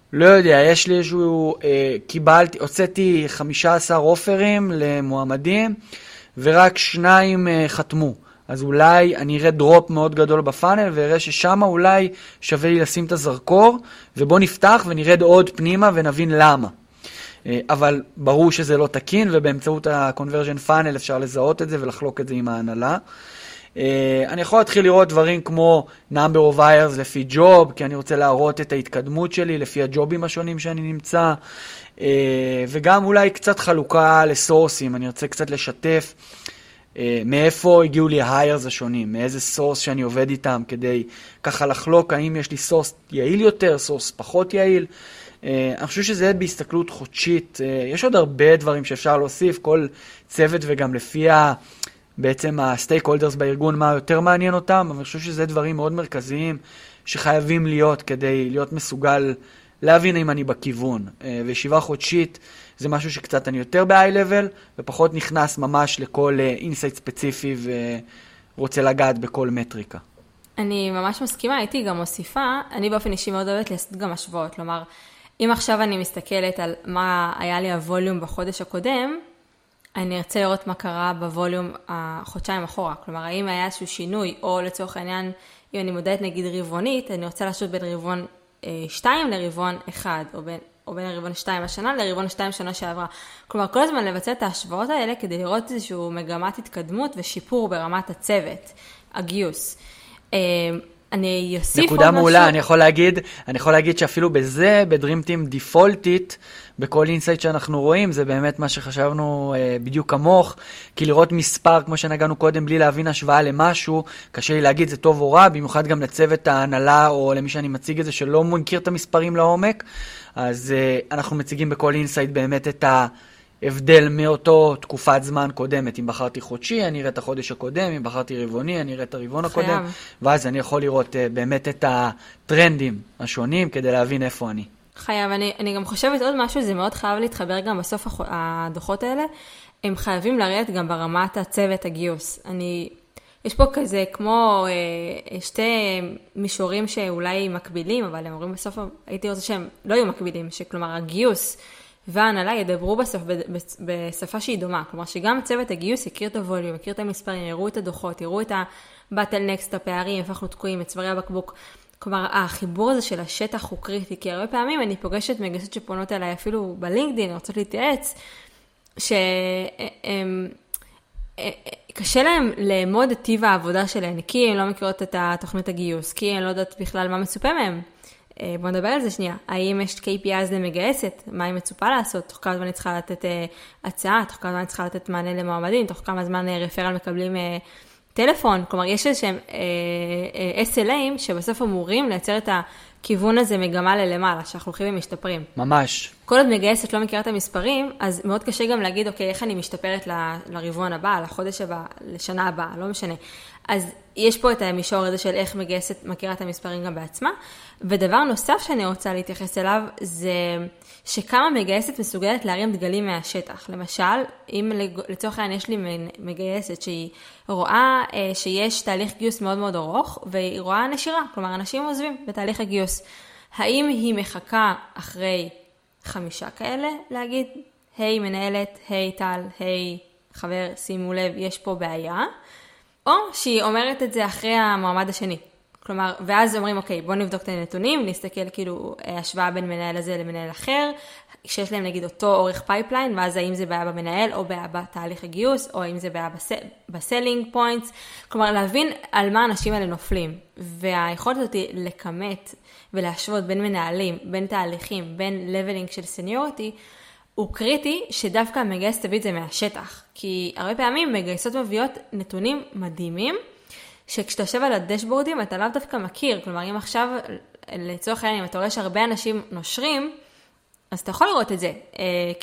לא יודע, יש לי איזשהו, אה, קיבלתי, הוצאתי חמישה עשר אופרים למועמדים, ורק שניים אה, חתמו. אז אולי אני אראה דרופ מאוד גדול בפאנל, ואראה ששם אולי שווה לי לשים את הזרקור, ובוא נפתח ונרד עוד פנימה ונבין למה. אה, אבל ברור שזה לא תקין, ובאמצעות ה-conversion funnel אפשר לזהות את זה ולחלוק את זה עם ההנהלה. Uh, אני יכול להתחיל לראות דברים כמו number of hires לפי ג'וב, כי אני רוצה להראות את ההתקדמות שלי לפי הג'ובים השונים שאני נמצא, uh, וגם אולי קצת חלוקה לסורסים, אני רוצה קצת לשתף uh, מאיפה הגיעו לי ה-hires השונים, מאיזה סורס שאני עובד איתם, כדי ככה לחלוק האם יש לי סורס יעיל יותר, סורס פחות יעיל. Uh, אני חושב שזה בהסתכלות חודשית, uh, יש עוד הרבה דברים שאפשר להוסיף, כל צוות וגם לפי ה... בעצם הסטייק הולדרס בארגון, מה יותר מעניין אותם, אבל אני חושב שזה דברים מאוד מרכזיים שחייבים להיות כדי להיות מסוגל להבין אם אני בכיוון. וישיבה חודשית זה משהו שקצת אני יותר ב-high-level, ופחות נכנס ממש לכל אינסייט ספציפי ורוצה לגעת בכל מטריקה. אני ממש מסכימה, הייתי גם מוסיפה, אני באופן אישי מאוד אוהבת לעשות גם השוואות, כלומר, אם עכשיו אני מסתכלת על מה היה לי הווליום בחודש הקודם, אני ארצה לראות מה קרה בווליום החודשיים אחורה. כלומר, האם היה איזשהו שינוי, או לצורך העניין, אם אני מודדת נגיד רבעונית, אני רוצה לשוט בין רבעון שתיים לרבעון אחד, או בין, או בין רבעון שתיים השנה לרבעון שתיים שנה שעברה. כלומר, כל הזמן לבצע את ההשוואות האלה, כדי לראות איזשהו מגמת התקדמות ושיפור ברמת הצוות, הגיוס. אני אוסיף עוד משהו. נקודה מעולה, אני יכול להגיד, אני יכול להגיד שאפילו בזה, בדרים טים דיפולטית, בכל אינסייט שאנחנו רואים, זה באמת מה שחשבנו אה, בדיוק כמוך, כי לראות מספר, כמו שנגענו קודם, בלי להבין השוואה למשהו, קשה לי להגיד זה טוב או רע, במיוחד גם לצוות ההנהלה, או למי שאני מציג את זה, שלא מכיר את המספרים לעומק, אז אה, אנחנו מציגים בכל אינסייט באמת את ה... הבדל מאותו תקופת זמן קודמת. אם בחרתי חודשי, אני אראה את החודש הקודם, אם בחרתי רבעוני, אני אראה את הרבעון הקודם, ואז אני יכול לראות uh, באמת את הטרנדים השונים, כדי להבין איפה אני. חייב, אני, אני גם חושבת עוד משהו, זה מאוד חייב להתחבר גם בסוף הדוחות האלה, הם חייבים לראות גם ברמת הצוות הגיוס. אני, יש פה כזה כמו אה, שתי מישורים שאולי מקבילים, אבל הם אומרים בסוף, הייתי רוצה שהם לא יהיו מקבילים, שכלומר הגיוס, וההנהלה ידברו בסוף בשפה שהיא דומה. כלומר, שגם צוות הגיוס יכיר את הווליום, יכיר את המספרים, יראו את הדוחות, יראו את ה-bottlenecks, את הפערים, איפה אנחנו תקועים, את צווארי הבקבוק. כלומר, החיבור הזה של השטח הוא קריטי, כי הרבה פעמים אני פוגשת מגייסות שפונות אליי, אפילו בלינקדין, רוצות להתייעץ, שהם... קשה להם לאמוד את טיב העבודה שלהם, כי הם לא מכירות את התוכנית הגיוס, כי הם לא יודעת בכלל מה מצופה מהם. בוא נדבר על זה שנייה. האם יש קיי פי איז למגייסת? מה היא מצופה לעשות? תוך כמה זמן אני צריכה לתת הצעה? תוך כמה זמן אני צריכה לתת מענה למועמדים? תוך כמה זמן רפרל מקבלים טלפון? כלומר, יש איזשהם אס אל אי'ים שבסוף אמורים לייצר את הכיוון הזה מגמה ללמעלה, שאנחנו הולכים ומשתפרים. ממש. כל עוד מגייסת לא מכירה את המספרים, אז מאוד קשה גם להגיד, אוקיי, איך אני משתפרת לרבעון הבא, לחודש הבא, לשנה הבאה, לא משנה. אז יש פה את המישור הזה של איך מגייסת מכירה את המספרים גם בעצמה, ודבר נוסף שאני רוצה להתייחס אליו, זה שכמה מגייסת מסוגלת להרים דגלים מהשטח. למשל, אם לצורך העניין יש לי מגייסת שהיא רואה שיש תהליך גיוס מאוד מאוד ארוך, והיא רואה נשירה, כלומר אנשים עוזבים בתהליך הגיוס. האם היא מחכה אחרי חמישה כאלה להגיד, היי מנהלת, היי טל, היי חבר, שימו לב, יש פה בעיה, או שהיא אומרת את זה אחרי המועמד השני. כלומר, ואז אומרים, אוקיי, בוא נבדוק את הנתונים, נסתכל כאילו השוואה בין מנהל הזה למנהל אחר, שיש להם נגיד אותו אורך פייפליין, ואז האם זה בעיה במנהל, או בעיה בתהליך הגיוס, או האם זה בעיה בסלינג פוינטס, כלומר, להבין על מה האנשים האלה נופלים. והיכולת הזאת לכמת ולהשוות בין מנהלים, בין תהליכים, בין לבלינג של סניוריטי, הוא קריטי שדווקא המגייס תביא את זה מהשטח. כי הרבה פעמים מגייסות מביאות נתונים מדהימים, שכשאתה יושב על הדשבורדים אתה לאו דווקא מכיר. כלומר, אם עכשיו, לצורך העניין, אם אתה רואה שהרבה אנשים נושרים, אז אתה יכול לראות את זה אה,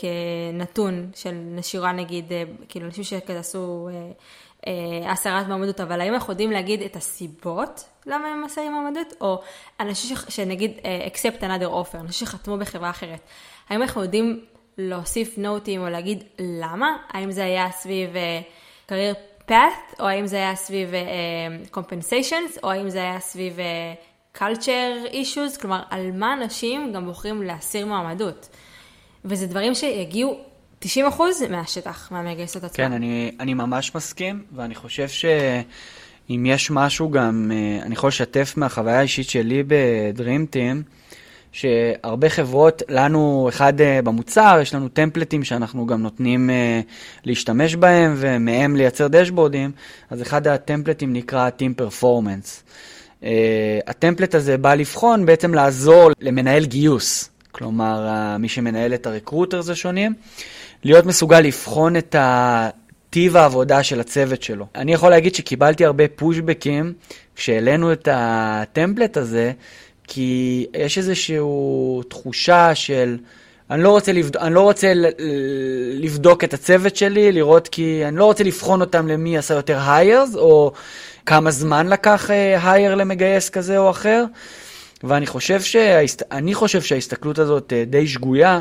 כנתון של נשירה, נגיד, אה, כאילו אנשים שכזה עשו אה, אה, הסרת מעמדות, אבל האם אנחנו יודעים להגיד את הסיבות למה הם מסרים מעמדות, או אנשים ש, שנגיד אה, accept another offer, אנשים שחתמו בחברה אחרת. האם אנחנו יודעים להוסיף נוטים או להגיד למה? האם זה היה סביב uh, career path, או האם זה היה סביב uh, compensations, או האם זה היה סביב uh, culture issues, כלומר, על מה אנשים גם בוחרים להסיר מועמדות. וזה דברים שיגיעו תשעים אחוז מהשטח, מהמגייסות עצמם. כן, אני, אני ממש מסכים, ואני חושב שאם יש משהו גם, אני יכול לשתף מהחוויה האישית שלי בדרימטים, שהרבה חברות, לנו אחד במוצר, יש לנו טמפלטים שאנחנו גם נותנים להשתמש בהם, ומהם לייצר דשבורדים, אז אחד הטמפלטים נקרא Team Performance. הטמפלט הזה בא לבחון, בעצם לעזור למנהל גיוס, כלומר, מי שמנהל את הרקרוטרס השונים, להיות מסוגל לבחון את טיב העבודה של הצוות שלו. אני יכול להגיד שקיבלתי הרבה פושבקים כשהעלינו את הטמפלט הזה, כי יש איזושהי תחושה של, אני לא רוצה, לבד... אני לא רוצה לבדוק את הצוות שלי, לראות כי אני לא רוצה לבחון אותם למי עשה יותר hires, או כמה זמן לקח hire למגייס כזה או אחר, ואני חושב, שההסת... אני חושב שההסתכלות הזאת די שגויה,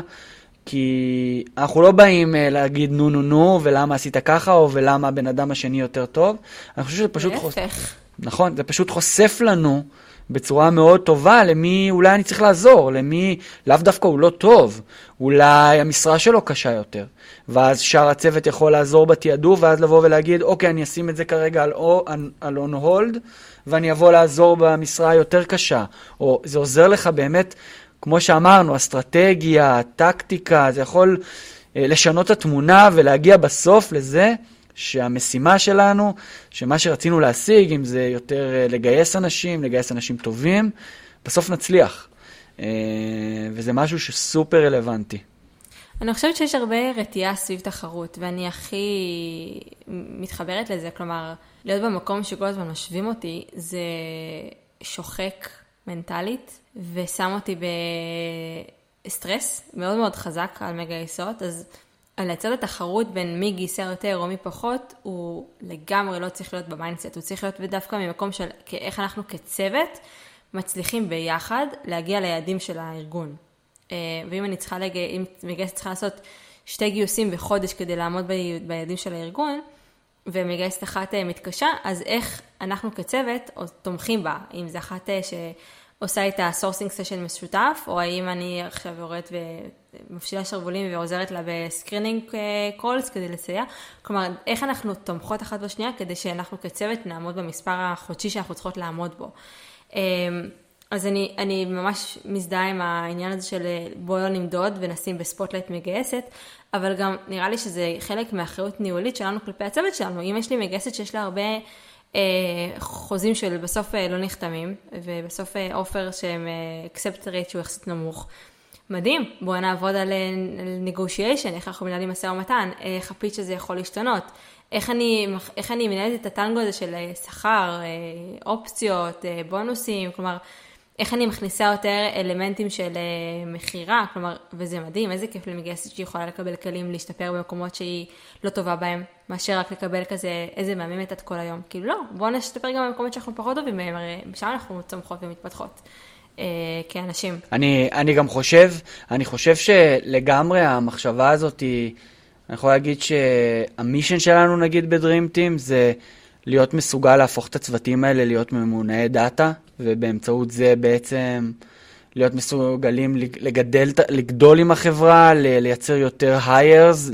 כי אנחנו לא באים להגיד נו נו נו, ולמה עשית ככה, או ולמה הבן אדם השני יותר טוב. אני חושב שזה פשוט חוס... נכון, זה פשוט חושף לנו בצורה מאוד טובה למי אולי אני צריך לעזור, למי לאו דווקא הוא לא טוב, אולי המשרה שלו קשה יותר, ואז שאר הצוות יכול לעזור בתיעדוף, ואז לבוא ולהגיד, אוקיי, אני אשים את זה כרגע על, על on hold, ואני אבוא לעזור במשרה היותר קשה, או זה עוזר לך באמת, כמו שאמרנו, אסטרטגיה, טקטיקה, זה יכול לשנות את התמונה ולהגיע בסוף לזה, שהמשימה שלנו, שמה שרצינו להשיג, אם זה יותר לגייס אנשים, לגייס אנשים טובים, בסוף נצליח. וזה משהו שסופר רלוונטי. אני חושבת שיש הרבה רתיעה סביב תחרות, ואני הכי מתחברת לזה, כלומר, להיות במקום שכל הזמן משווים אותי, זה שוחק מנטלית, ושם אותי בסטרס מאוד מאוד חזק על מגייסות, אז לצד התחרות בין מי גייסה יותר או מי פחות, הוא לגמרי לא צריך להיות במיינדסט, הוא צריך להיות דווקא ממקום של איך אנחנו כצוות מצליחים ביחד להגיע ליעדים של הארגון. ואם אני צריכה להגיע, אם מגייסת צריכה לעשות שתי גיוסים בחודש כדי לעמוד ביעדים של הארגון, ומגייסת אחת מתקשה, אז איך אנחנו כצוות תומכים בה, אם זה אחת שעושה את הסורסינג סשן משותף, או האם אני עכשיו יורדת ומפשילה שרבולים ועוזרת לה בסקרינינג קולס כדי לסייע. כלומר, איך אנחנו תומכות אחת בשנייה כדי שאנחנו כצוות נעמוד במספר החודשי שאנחנו צריכות לעמוד בו. אז אני, אני ממש מזדהה עם העניין הזה של בואו לא נמדוד ונשים בספוטלייט מגייסת, אבל גם נראה לי שזה חלק מהאחריות ניהולית שלנו כלפי הצוות שלנו. אם יש לי מגייסת שיש לה הרבה אה, חוזים של בסוף אה, לא נחתמים, ובסוף אה, אופר שהם אה, accept rate שהוא יחסית נמוך, מדהים, בואו נעבוד על negotiation, איך אנחנו מנהלים משא ומתן, איך הפיץ' הזה יכול להשתנות, איך אני, איך אני מנהלת את הטנגו הזה של שכר, אופציות, בונוסים, כלומר, איך אני מכניסה יותר אלמנטים של מחירה, כלומר, וזה מדהים, איזה כיף למגייסת שהיא יכולה לקבל כלים להשתפר במקומות שהיא לא טובה בהם, מאשר רק לקבל כזה, איזה מהממת את כל היום. כאילו לא, בואו נשתפר גם במקומות שאנחנו פחות טובים בהם, הרי שם אנחנו צומחות ומתפתחות. כאנשים. אני, אני גם חושב, אני חושב שלגמרי המחשבה הזאת היא, אני יכול להגיד שהמישן שלנו נגיד בדרים טים זה להיות מסוגל להפוך את הצוותים האלה להיות ממונעי דאטה, ובאמצעות זה בעצם להיות מסוגלים לגדל, לגדול עם החברה, לייצר יותר hires,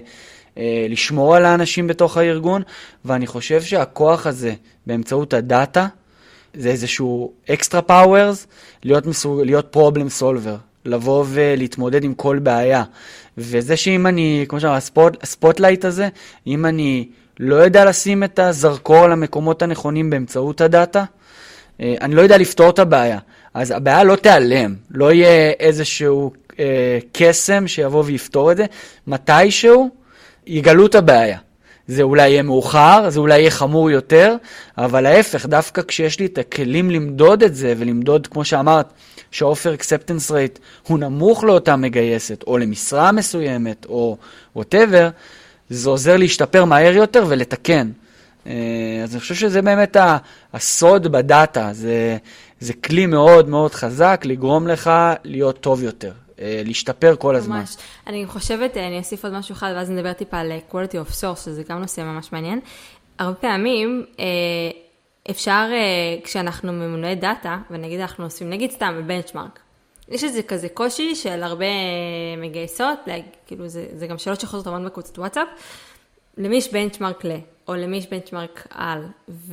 לשמור על האנשים בתוך הארגון, ואני חושב שהכוח הזה באמצעות הדאטה, זה איזשהו extra powers, להיות, מסוג, להיות problem solver, לבוא ולהתמודד עם כל בעיה. וזה שאם אני, כמו שאמר, הספוט, הספוטלייט הזה, אם אני לא יודע לשים את הזרקור למקומות הנכונים באמצעות הדאטה, אני לא יודע לפתור את הבעיה. אז הבעיה לא תיעלם, לא יהיה איזשהו אה, קסם שיבוא ויפתור את זה. מתישהו יגלו את הבעיה. זה אולי יהיה מאוחר, זה אולי יהיה חמור יותר, אבל ההפך, דווקא כשיש לי את הכלים למדוד את זה, ולמדוד, כמו שאמרת, שהאופר acceptance rate הוא נמוך לאותה מגייסת, או למשרה מסוימת, או whatever, זה עוזר להשתפר מהר יותר ולתקן. אז אני חושב שזה באמת הסוד בדאטה, זה, זה כלי מאוד מאוד חזק לגרום לך להיות טוב יותר. להשתפר כל הזמן. ממש. אני חושבת, אני אוסיף עוד משהו אחד, ואז נדבר טיפה על quality of source, שזה גם נושא ממש מעניין. הרבה פעמים, אפשר, כשאנחנו ממונעי דאטה, ונגיד אנחנו עושים, נגיד סתם בבנצ'מרק, יש איזה כזה קושי של הרבה מגייסות, כאילו זה, זה גם שאלות שחוזרות המון בקבוצת וואטסאפ, למי יש בנצ'מרק ל, או למי יש בנצ'מרק על,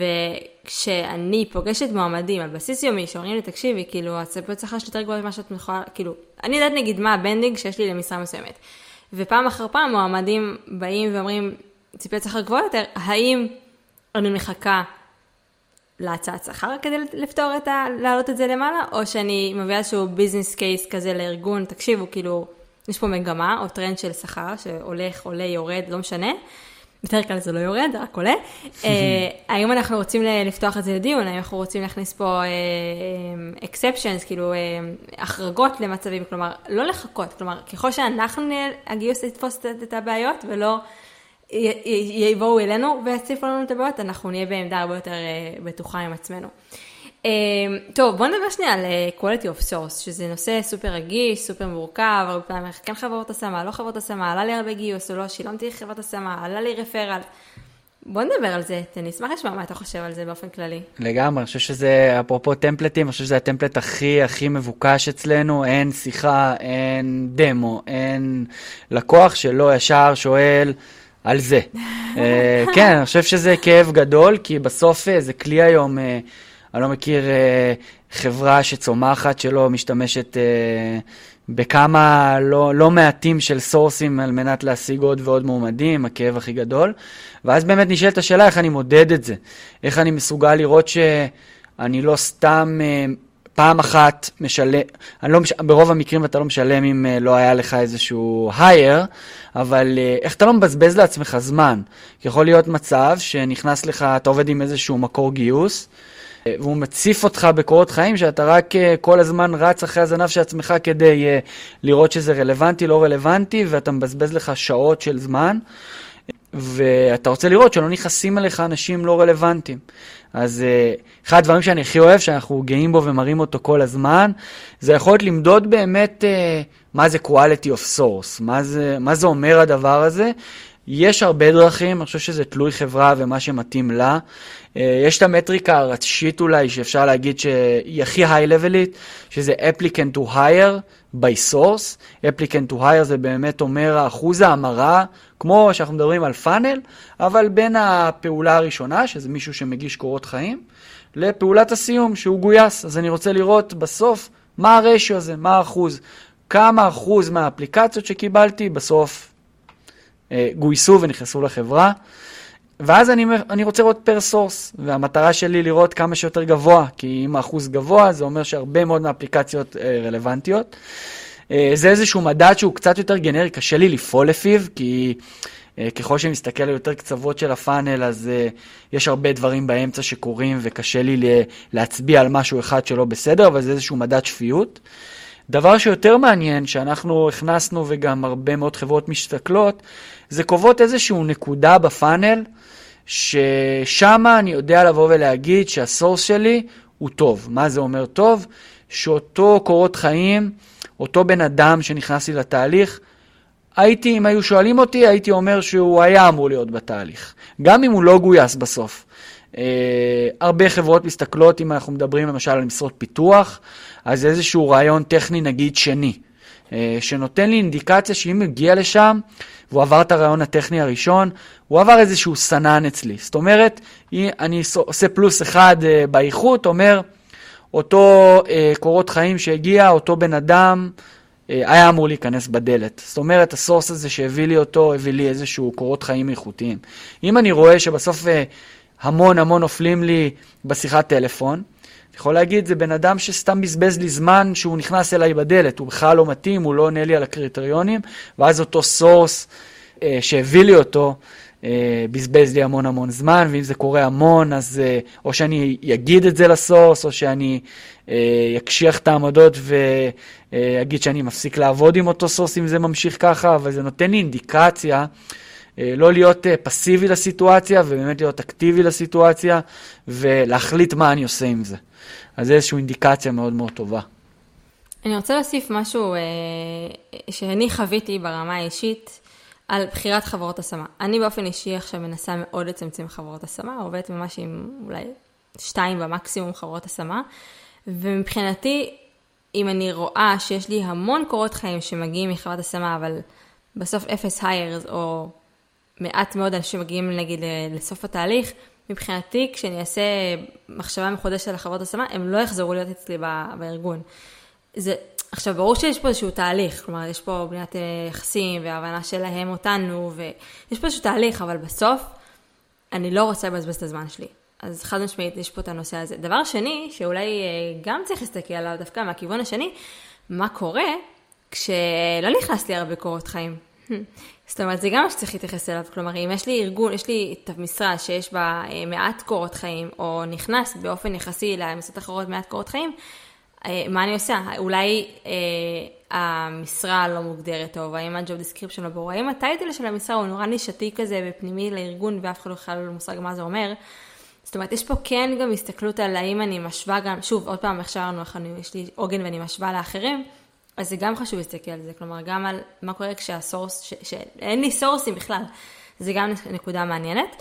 וכשאני פוגשת מועמדים על בסיס יומי, שאומרים לי, תקשיבי, כאילו, הציפיות שכר שלי יותר גבוהות ממה שאת יכולה, כאילו, אני יודעת נגיד מה הבנדינג שיש לי למשרה מסוימת, ופעם אחר פעם מועמדים באים ואומרים, ציפיות שכר גבוהות יותר, האם אני מחכה להצעת שכר כדי לפתור את ה... להעלות את זה למעלה, או שאני מביאה איזשהו ביזנס קייס כזה לארגון, תקשיבו, כאילו, יש פה מגמה, או טרנד של שכר, שהולך, עולה, יורד, לא משנה, יותר כלל זה לא יורד, רק עולה. היום אנחנו רוצים לפתוח את זה לדיון, היום אנחנו רוצים להכניס פה exceptions, כאילו, החרגות למצבים, כלומר, לא לחכות, כלומר, ככל שאנחנו הגיוס לתפוס את הבעיות, ולא יבואו אלינו ויציפו לנו את הבעיות, אנחנו נהיה בעמדה הרבה יותר בטוחה עם עצמנו. טוב, בואו נדבר שנייה על quality of source, שזה נושא סופר רגיש, סופר מורכב, הרבה פעמים, כן חברות השמה, לא חברות השמה, עלה לי הרבה גיוס או לא, שילמתי חברת השמה, עלה לי רפרל. בואו נדבר על זה, אני אשמח לשמוע מה אתה חושב על זה באופן כללי. לגמרי, אני חושב שזה, אפרופו טמפלטים, אני חושב שזה הטמפלט הכי הכי מבוקש אצלנו, אין שיחה, אין דמו, אין לקוח שלא ישר שואל על זה. כן, אני חושב שזה כאב גדול, כי בסוף זה כלי היום, אני לא מכיר חברה שצומחת שלא משתמשת בכמה לא, לא מעטים של סורסים על מנת להשיג עוד ועוד מועמדים, הכאב הכי גדול. ואז באמת נשאלת השאלה איך אני מודד את זה. איך אני מסוגל לראות שאני לא סתם פעם אחת משלם, אני לא, ברוב המקרים אתה לא משלם אם לא היה לך איזשהו hire, אבל איך אתה לא מבזבז לעצמך זמן? יכול להיות מצב שנכנס לך, אתה עובד עם איזשהו מקור גיוס, והוא מציף אותך בקורות חיים, שאתה רק כל הזמן רץ אחרי הזנב של עצמך כדי לראות שזה רלוונטי, לא רלוונטי, ואתה מבזבז לך שעות של זמן, ואתה רוצה לראות שלא נכנסים עליך אנשים לא רלוונטיים. אז אחד הדברים שאני הכי אוהב, שאנחנו גאים בו ומראים אותו כל הזמן, זה יכול להיות למדוד באמת מה זה quality of source, מה זה, מה זה אומר הדבר הזה. יש הרבה דרכים, אני חושב שזה תלוי חברה ומה שמתאים לה. יש את המטריקה הראשית אולי, שאפשר להגיד שהיא הכי high-levelית, שזה applicant to hire by source. applicant to hire זה באמת אומר האחוז ההמרה, כמו שאנחנו מדברים על פאנל, אבל בין הפעולה הראשונה, שזה מישהו שמגיש קורות חיים, לפעולת הסיום, שהוא גויס. אז אני רוצה לראות בסוף מה הרשיו הזה, מה האחוז, כמה אחוז מהאפליקציות שקיבלתי בסוף גויסו ונכנסו לחברה, ואז אני, אני רוצה לראות פר סורס, והמטרה שלי לראות כמה שיותר גבוה, כי אם האחוז גבוה, זה אומר שהרבה מאוד מהאפליקציות רלוונטיות. זה איזשהו מדד שהוא קצת יותר גנרי, קשה לי לפעול לפיו, כי ככל שאני מסתכל על יותר קצוות של הפאנל, אז יש הרבה דברים באמצע שקורים, וקשה לי להצביע על משהו אחד שלא בסדר, אבל זה איזשהו מדד שפיות. דבר שיותר מעניין, שאנחנו הכנסנו וגם הרבה מאוד חברות משתכלות, זה קובעות איזשהו נקודה בפאנל, ששם אני יודע לבוא ולהגיד שהסורס שלי הוא טוב. מה זה אומר טוב? שאותו קורות חיים, אותו בן אדם שנכנס לי לתהליך, הייתי, אם היו שואלים אותי, הייתי אומר שהוא היה אמור להיות בתהליך. גם אם הוא לא גויס בסוף. Uh, הרבה חברות מסתכלות, אם אנחנו מדברים למשל על משרות פיתוח, אז איזשהו רעיון טכני נגיד שני, uh, שנותן לי אינדיקציה שאם מגיע לשם, והוא עבר את הרעיון הטכני הראשון, הוא עבר איזשהו סנן אצלי. זאת אומרת, אני עושה פלוס אחד uh, באיכות, אומר, אותו uh, קורות חיים שהגיע, אותו בן אדם, uh, היה אמור להיכנס בדלת. זאת אומרת, הסורס הזה שהביא לי אותו, הביא לי איזשהו קורות חיים איכותיים. אם אני רואה שבסוף uh, המון המון נופלים לי בשיחת טלפון, אני יכול להגיד, זה בן אדם שסתם בזבז לי זמן שהוא נכנס אליי בדלת, הוא בכלל לא מתאים, הוא לא עונה לי על הקריטריונים, ואז אותו סורס אה, שהביא לי אותו, אה, בזבז לי המון המון זמן, ואם זה קורה המון, אז אה, או שאני אגיד את זה לסורס, או שאני אה, יקשיח את העמדות ואגיד שאני מפסיק לעבוד עם אותו סורס, אם זה ממשיך ככה, אבל זה נותן לי אינדיקציה, לא להיות פסיבי לסיטואציה, ובאמת להיות אקטיבי לסיטואציה, ולהחליט מה אני עושה עם זה. אז זה איזושהי אינדיקציה מאוד מאוד טובה. אני רוצה להוסיף משהו שאני חוויתי ברמה האישית, על בחירת חברות השמה. אני באופן אישי עכשיו מנסה מאוד לצמצם חברות השמה, עובדת ממש עם אולי שתיים במקסימום חברות השמה, ומבחינתי, אם אני רואה שיש לי המון קורות חיים שמגיעים מחברת השמה, אבל בסוף אפס היירס, או מעט מאוד אנשים מגיעים נגיד לסוף התהליך, מבחינתי, כשאני אעשה מחשבה מחודשת על החברות השמה, הם לא יחזרו להיות אצלי בארגון. זה, עכשיו, ברור שיש פה איזשהו תהליך, כלומר, יש פה בניית יחסים והבנה שלהם אותנו, ויש פה איזשהו תהליך, אבל בסוף, אני לא רוצה לבזבז את הזמן שלי. אז חד משמעית, יש פה את הנושא הזה. דבר שני, שאולי גם צריך להסתכל עליו דווקא מהכיוון השני, מה קורה כשלא נכנס לי הרבה קורות חיים? זאת אומרת, זה גם מה שצריך להתייחס אליו. כלומר, אם יש לי ארגון, יש לי את המשרה שיש בה מעט קורות חיים, או נכנס באופן יחסי למשרות אחרות מעט קורות חיים, מה אני עושה? אולי אה, המשרה לא מוגדרת טוב, האם הג'וב דיסקריפשן לא ברור, האם הטייטל של המשרה הוא נורא נישתי כזה בפנימי לארגון, ואף אחד לא יכול למושג מה זה אומר. זאת אומרת, יש פה כן גם הסתכלות על האם אני משווה גם, שוב, עוד פעם הכשרנו, איך אני, יש לי עוגן ואני משווה לאחרים, אז זה גם חשוב להסתכל על זה, כלומר, גם על מה קורה כשהסורס, ש, שאין לי סורסים בכלל, זה גם נקודה מעניינת.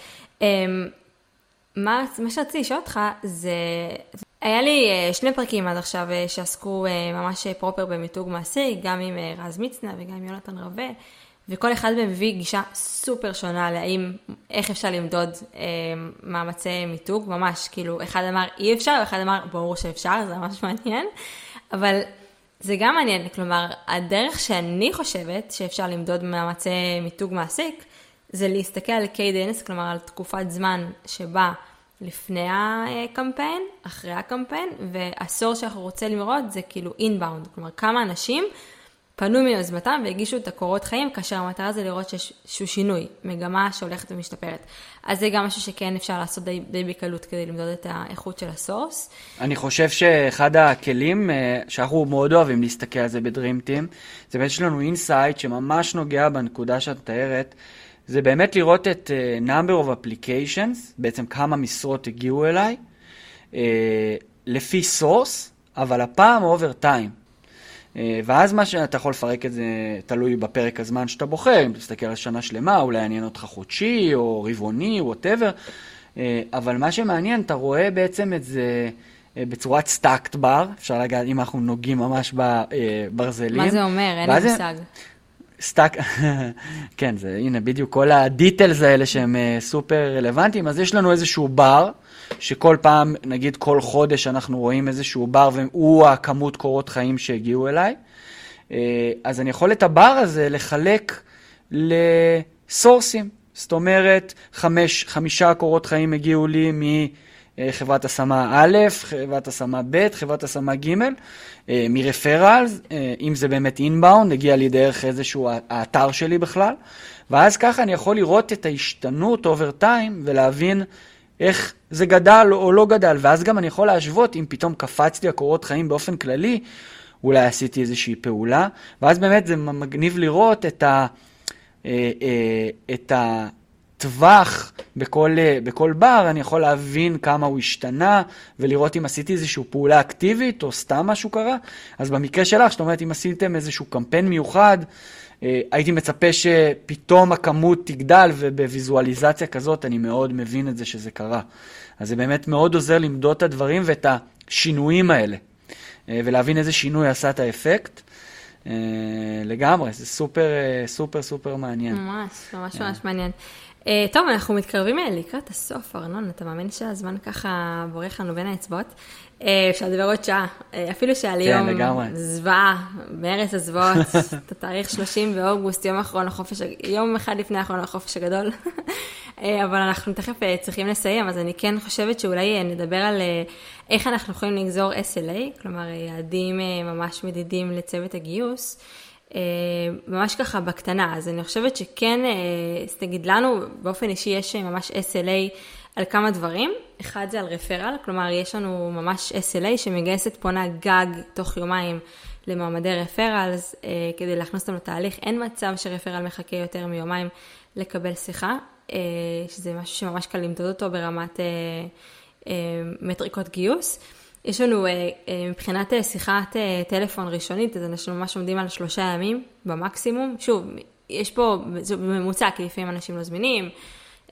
מה, מה שרציתי לשאול אותך, זה, היה לי שני פרקים עד עכשיו שעסקו ממש פרופר במיתוג מעשי, גם עם רז מצנע וגם עם יונתן רווה, וכל אחד מהם מביא גישה סופר שונה להאם, איך אפשר למדוד אה, מאמצי מיתוג, ממש, כאילו, אחד אמר אי אפשר, ואחד אמר ברור שאפשר, זה ממש מעניין, אבל זה גם מעניין, כלומר, הדרך שאני חושבת שאפשר למדוד מאמצי מיתוג מעסיק, זה להסתכל על קיידנס, כלומר, על תקופת זמן שבה לפני הקמפיין, אחרי הקמפיין, והסור שאנחנו רוצים לראות זה כאילו אינבאונד, כלומר, כמה אנשים פנו מיוזמתם והגישו את הקורות חיים, כאשר המטרה זה לראות שיש שינוי, מגמה שהולכת ומשתפרת. אז זה גם משהו שכן אפשר לעשות די, די בקלות כדי למדוד את האיכות של הסורס. אני חושב שאחד הכלים שאנחנו מאוד אוהבים להסתכל על זה בדרים טים, זה באמת יש לנו אינסייט שממש נוגע בנקודה שאת מתארת, זה באמת לראות את uh, number of applications, בעצם כמה משרות הגיעו אליי, uh, לפי source, אבל הפעם over time. ואז מה שאתה יכול לפרק את זה תלוי בפרק הזמן שאתה בוחר, אם תסתכל על שנה שלמה, אולי יעניין אותך חודשי או רבעוני, whatever, אבל מה שמעניין, אתה רואה בעצם את זה בצורת סטאקט בר, אפשר להגיד אם אנחנו נוגעים ממש בברזלים. מה זה אומר? אין לי מושג. סטאק, כן, זה, הנה, בדיוק כל הדיטלס האלה שהם סופר רלוונטיים, אז יש לנו איזשהו בר, שכל פעם, נגיד כל חודש אנחנו רואים איזשהו בר, והוא הכמות קורות חיים שהגיעו אליי, אז אני יכול את הבר הזה לחלק לסורסים, זאת אומרת, חמש, חמישה קורות חיים הגיעו לי מחברת השמה א', חברת השמה ב', חברת השמה ג', מרפרלס, אם זה באמת אינבאונד, הגיע לי דרך איזשהו האתר שלי בכלל, ואז ככה אני יכול לראות את ההשתנות אובר טיים, ולהבין איך זה גדל או לא גדל, ואז גם אני יכול להשוות אם פתאום קפץ לי הקורות חיים באופן כללי, אולי עשיתי איזושהי פעולה, ואז באמת זה מגניב לראות את ה... את הטווח בכל, בכל בר, אני יכול להבין כמה הוא השתנה, ולראות אם עשיתי איזושהי פעולה אקטיבית, או סתם משהו קרה. אז במקרה שלך, זאת אומרת, אם עשיתם איזשהו קמפיין מיוחד, הייתי מצפה שפתאום הכמות תגדל, ובוויזואליזציה כזאת אני מאוד מבין את זה שזה קרה. אז זה באמת מאוד עוזר למדוד את הדברים, ואת השינויים האלה, ולהבין איזה שינוי עשה את האפקט. Uh, לגמרי, זה סופר, סופר, סופר מעניין. ממש, ממש yeah. ממש מעניין. Uh, טוב, אנחנו מתקרבים לקראת הסוף, ארנון, אתה מאמין שהזמן ככה בורח לנו בין האצבעות? Uh, אפשר לדבר עוד שעה, uh, אפילו שעל יום זוועה, בארץ הזוועות, את התאריך שלושים באוגוסט, יום האחרון לחופש, יום אחד לפני האחרון לחופש הגדול, uh, אבל אנחנו תכף uh, צריכים לסיים, אז אני כן חושבת שאולי uh, נדבר על uh, איך אנחנו יכולים לגזור אס אל איי, כלומר יעדים uh, ממש מדידים לצוות הגיוס, uh, ממש ככה בקטנה, אז אני חושבת שכן, uh, תגיד לנו, באופן אישי יש ממש אס אל איי, על כמה דברים, אחד זה על רפרל, כלומר יש לנו ממש אס אל איי שמגייסת פונה גג תוך יומיים למעמדי רפרלס, אה, כדי להכניס אותם לתהליך, אין מצב שרפרל מחכה יותר מיומיים לקבל שיחה, אה, שזה משהו שממש קל למדוד אותו ברמת אה, אה, מטריקות גיוס. יש לנו אה, אה, מבחינת אה, שיחת אה, טלפון ראשונית, אז אנחנו ממש עומדים על שלושה ימים במקסימום, שוב, יש פה, זה בממוצע, כי לפעמים אנשים לא זמינים,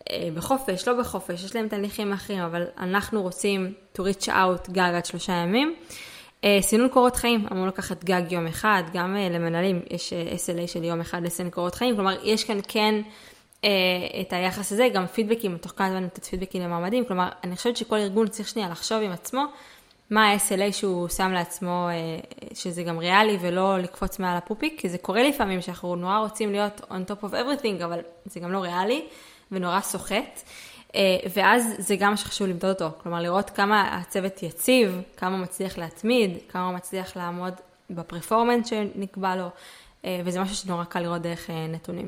בחופש, לא בחופש, יש להם תהליכים אחרים, אבל אנחנו רוצים to reach out גג עד שלושה ימים. סינון קורות חיים, אמור לקחת גג יום אחד, גם למנהלים יש אס אל איי של יום אחד לסינון קורות חיים, כלומר יש כאן כן את היחס הזה, גם פידבקים, תוך כמה זמן לתת פידבקים למעמדים, כלומר אני חושבת שכל ארגון צריך שנייה לחשוב עם עצמו, מה ה-אס אל איי שהוא שם לעצמו, שזה גם ריאלי ולא לקפוץ מעל הפופיק, כי זה קורה לפעמים שאנחנו נורא רוצים להיות on top of everything, אבל זה גם לא ריאלי ונורא סוחט, ואז זה גם מה שחשוב למדוד אותו, כלומר לראות כמה הצוות יציב, כמה מצליח להתמיד, כמה מצליח לעמוד בפרפורמנס שנקבע לו, וזה משהו שנורא קל לראות דרך נתונים.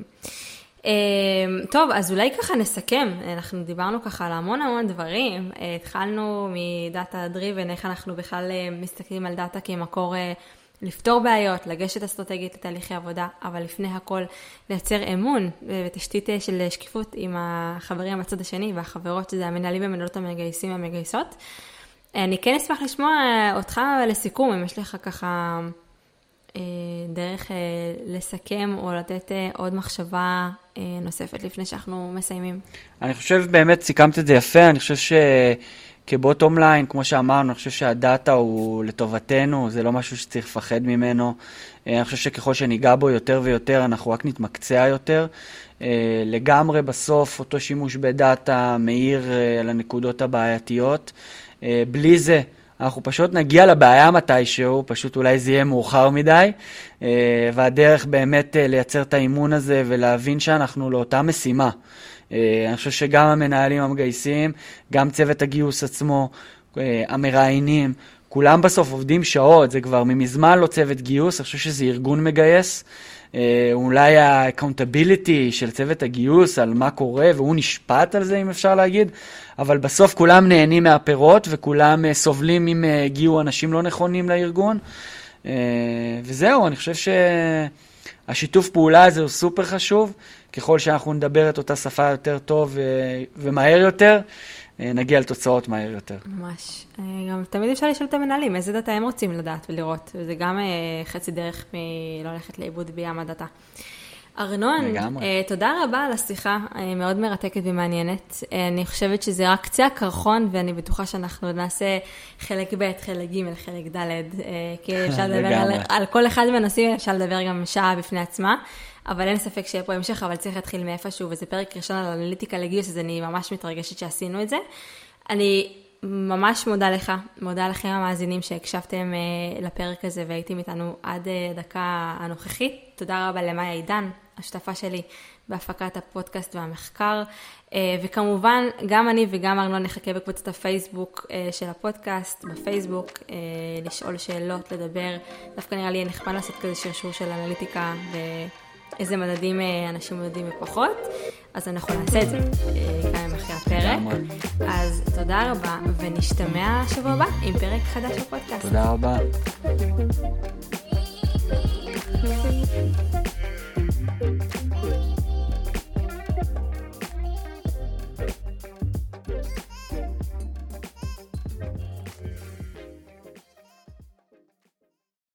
טוב, אז אולי ככה נסכם, אנחנו דיברנו ככה על המון המון דברים, התחלנו מדאטה דריבן, איך אנחנו בכלל מסתכלים על דאטה כמקור לפתור בעיות, לגשת אסטרטגית לתהליכי עבודה, אבל לפני הכל לייצר אמון ותשתית של שקיפות עם החברים בצד השני והחברות, שזה המנהלים ומנהלות המגייסים והמגייסות. אני כן אשמח לשמוע אותך לסיכום, אם יש לך ככה דרך לסכם או לתת עוד מחשבה נוספת לפני שאנחנו מסיימים. אני חושב באמת סיכמת את זה יפה, אני חושב ש... כבוטום ליין, כמו שאמרנו, אני חושב שהדאטה הוא לטובתנו, זה לא משהו שצריך לפחד ממנו. אני חושב שככל שניגע בו יותר ויותר, אנחנו רק נתמקצע יותר. לגמרי בסוף, אותו שימוש בדאטה מאיר על הנקודות הבעייתיות. בלי זה, אנחנו פשוט נגיע לבעיה מתישהו, פשוט אולי זה יהיה מאוחר מדי, והדרך באמת לייצר את האימון הזה ולהבין שאנחנו לאותה משימה. אני חושב שגם המנהלים המגייסים, גם צוות הגיוס עצמו, המראיינים, כולם בסוף עובדים שעות, זה כבר ממזמן לא צוות גיוס, אני חושב שזה ארגון מגייס, אולי ה-accountability של צוות הגיוס על מה קורה, והוא נשפט על זה אם אפשר להגיד, אבל בסוף כולם נהנים מהפירות, וכולם סובלים אם הגיעו אנשים לא נכונים לארגון, וזהו, אני חושב שהשיתוף פעולה הזה הוא סופר חשוב, ככל שאנחנו נדבר את אותה שפה יותר טוב ו- ומהר יותר, נגיע לתוצאות מהר יותר. ממש. גם תמיד אפשר לשאול את המנהלים, איזה דאטה הם רוצים לדעת ולראות, וזה גם חצי דרך מלא ללכת לאיבוד בים הדאטה. ארנון, תודה רבה על השיחה, מאוד מרתקת ומעניינת. אני חושבת שזה רק קצה הקרחון, ואני בטוחה שאנחנו נעשה חלק ב', חלק ג', חלק ד', כי אפשר לדבר על, על כל אחד מהנושאים, אפשר לדבר גם שעה בפני עצמה. אבל אין ספק שיהיה פה המשך, אבל צריך להתחיל מאיפשהו, וזה פרק ראשון על אנליטיקה לגיוס, אז אני ממש מתרגשת שעשינו את זה. אני ממש מודה לך, מודה לכם המאזינים שהקשבתם לפרק הזה, והייתם איתנו עד דקה הנוכחית. תודה רבה למאיה עידן, השותפה שלי בהפקת הפודקאסט והמחקר, וכמובן גם אני וגם ארנון נחכה בקבוצת הפייסבוק של הפודקאסט, בפייסבוק, לשאול שאלות, לדבר, דווקא נראה לי נחמד לעשות כזה שרשור של אנליטיקה, איזה מדדים אנשים יודעים ופחות, אז אנחנו נעשה את זה כמה אחרי הפרק. אז תודה רבה, ונשתמע שבוע הבא עם פרק חדש בפודקאסט. תודה רבה.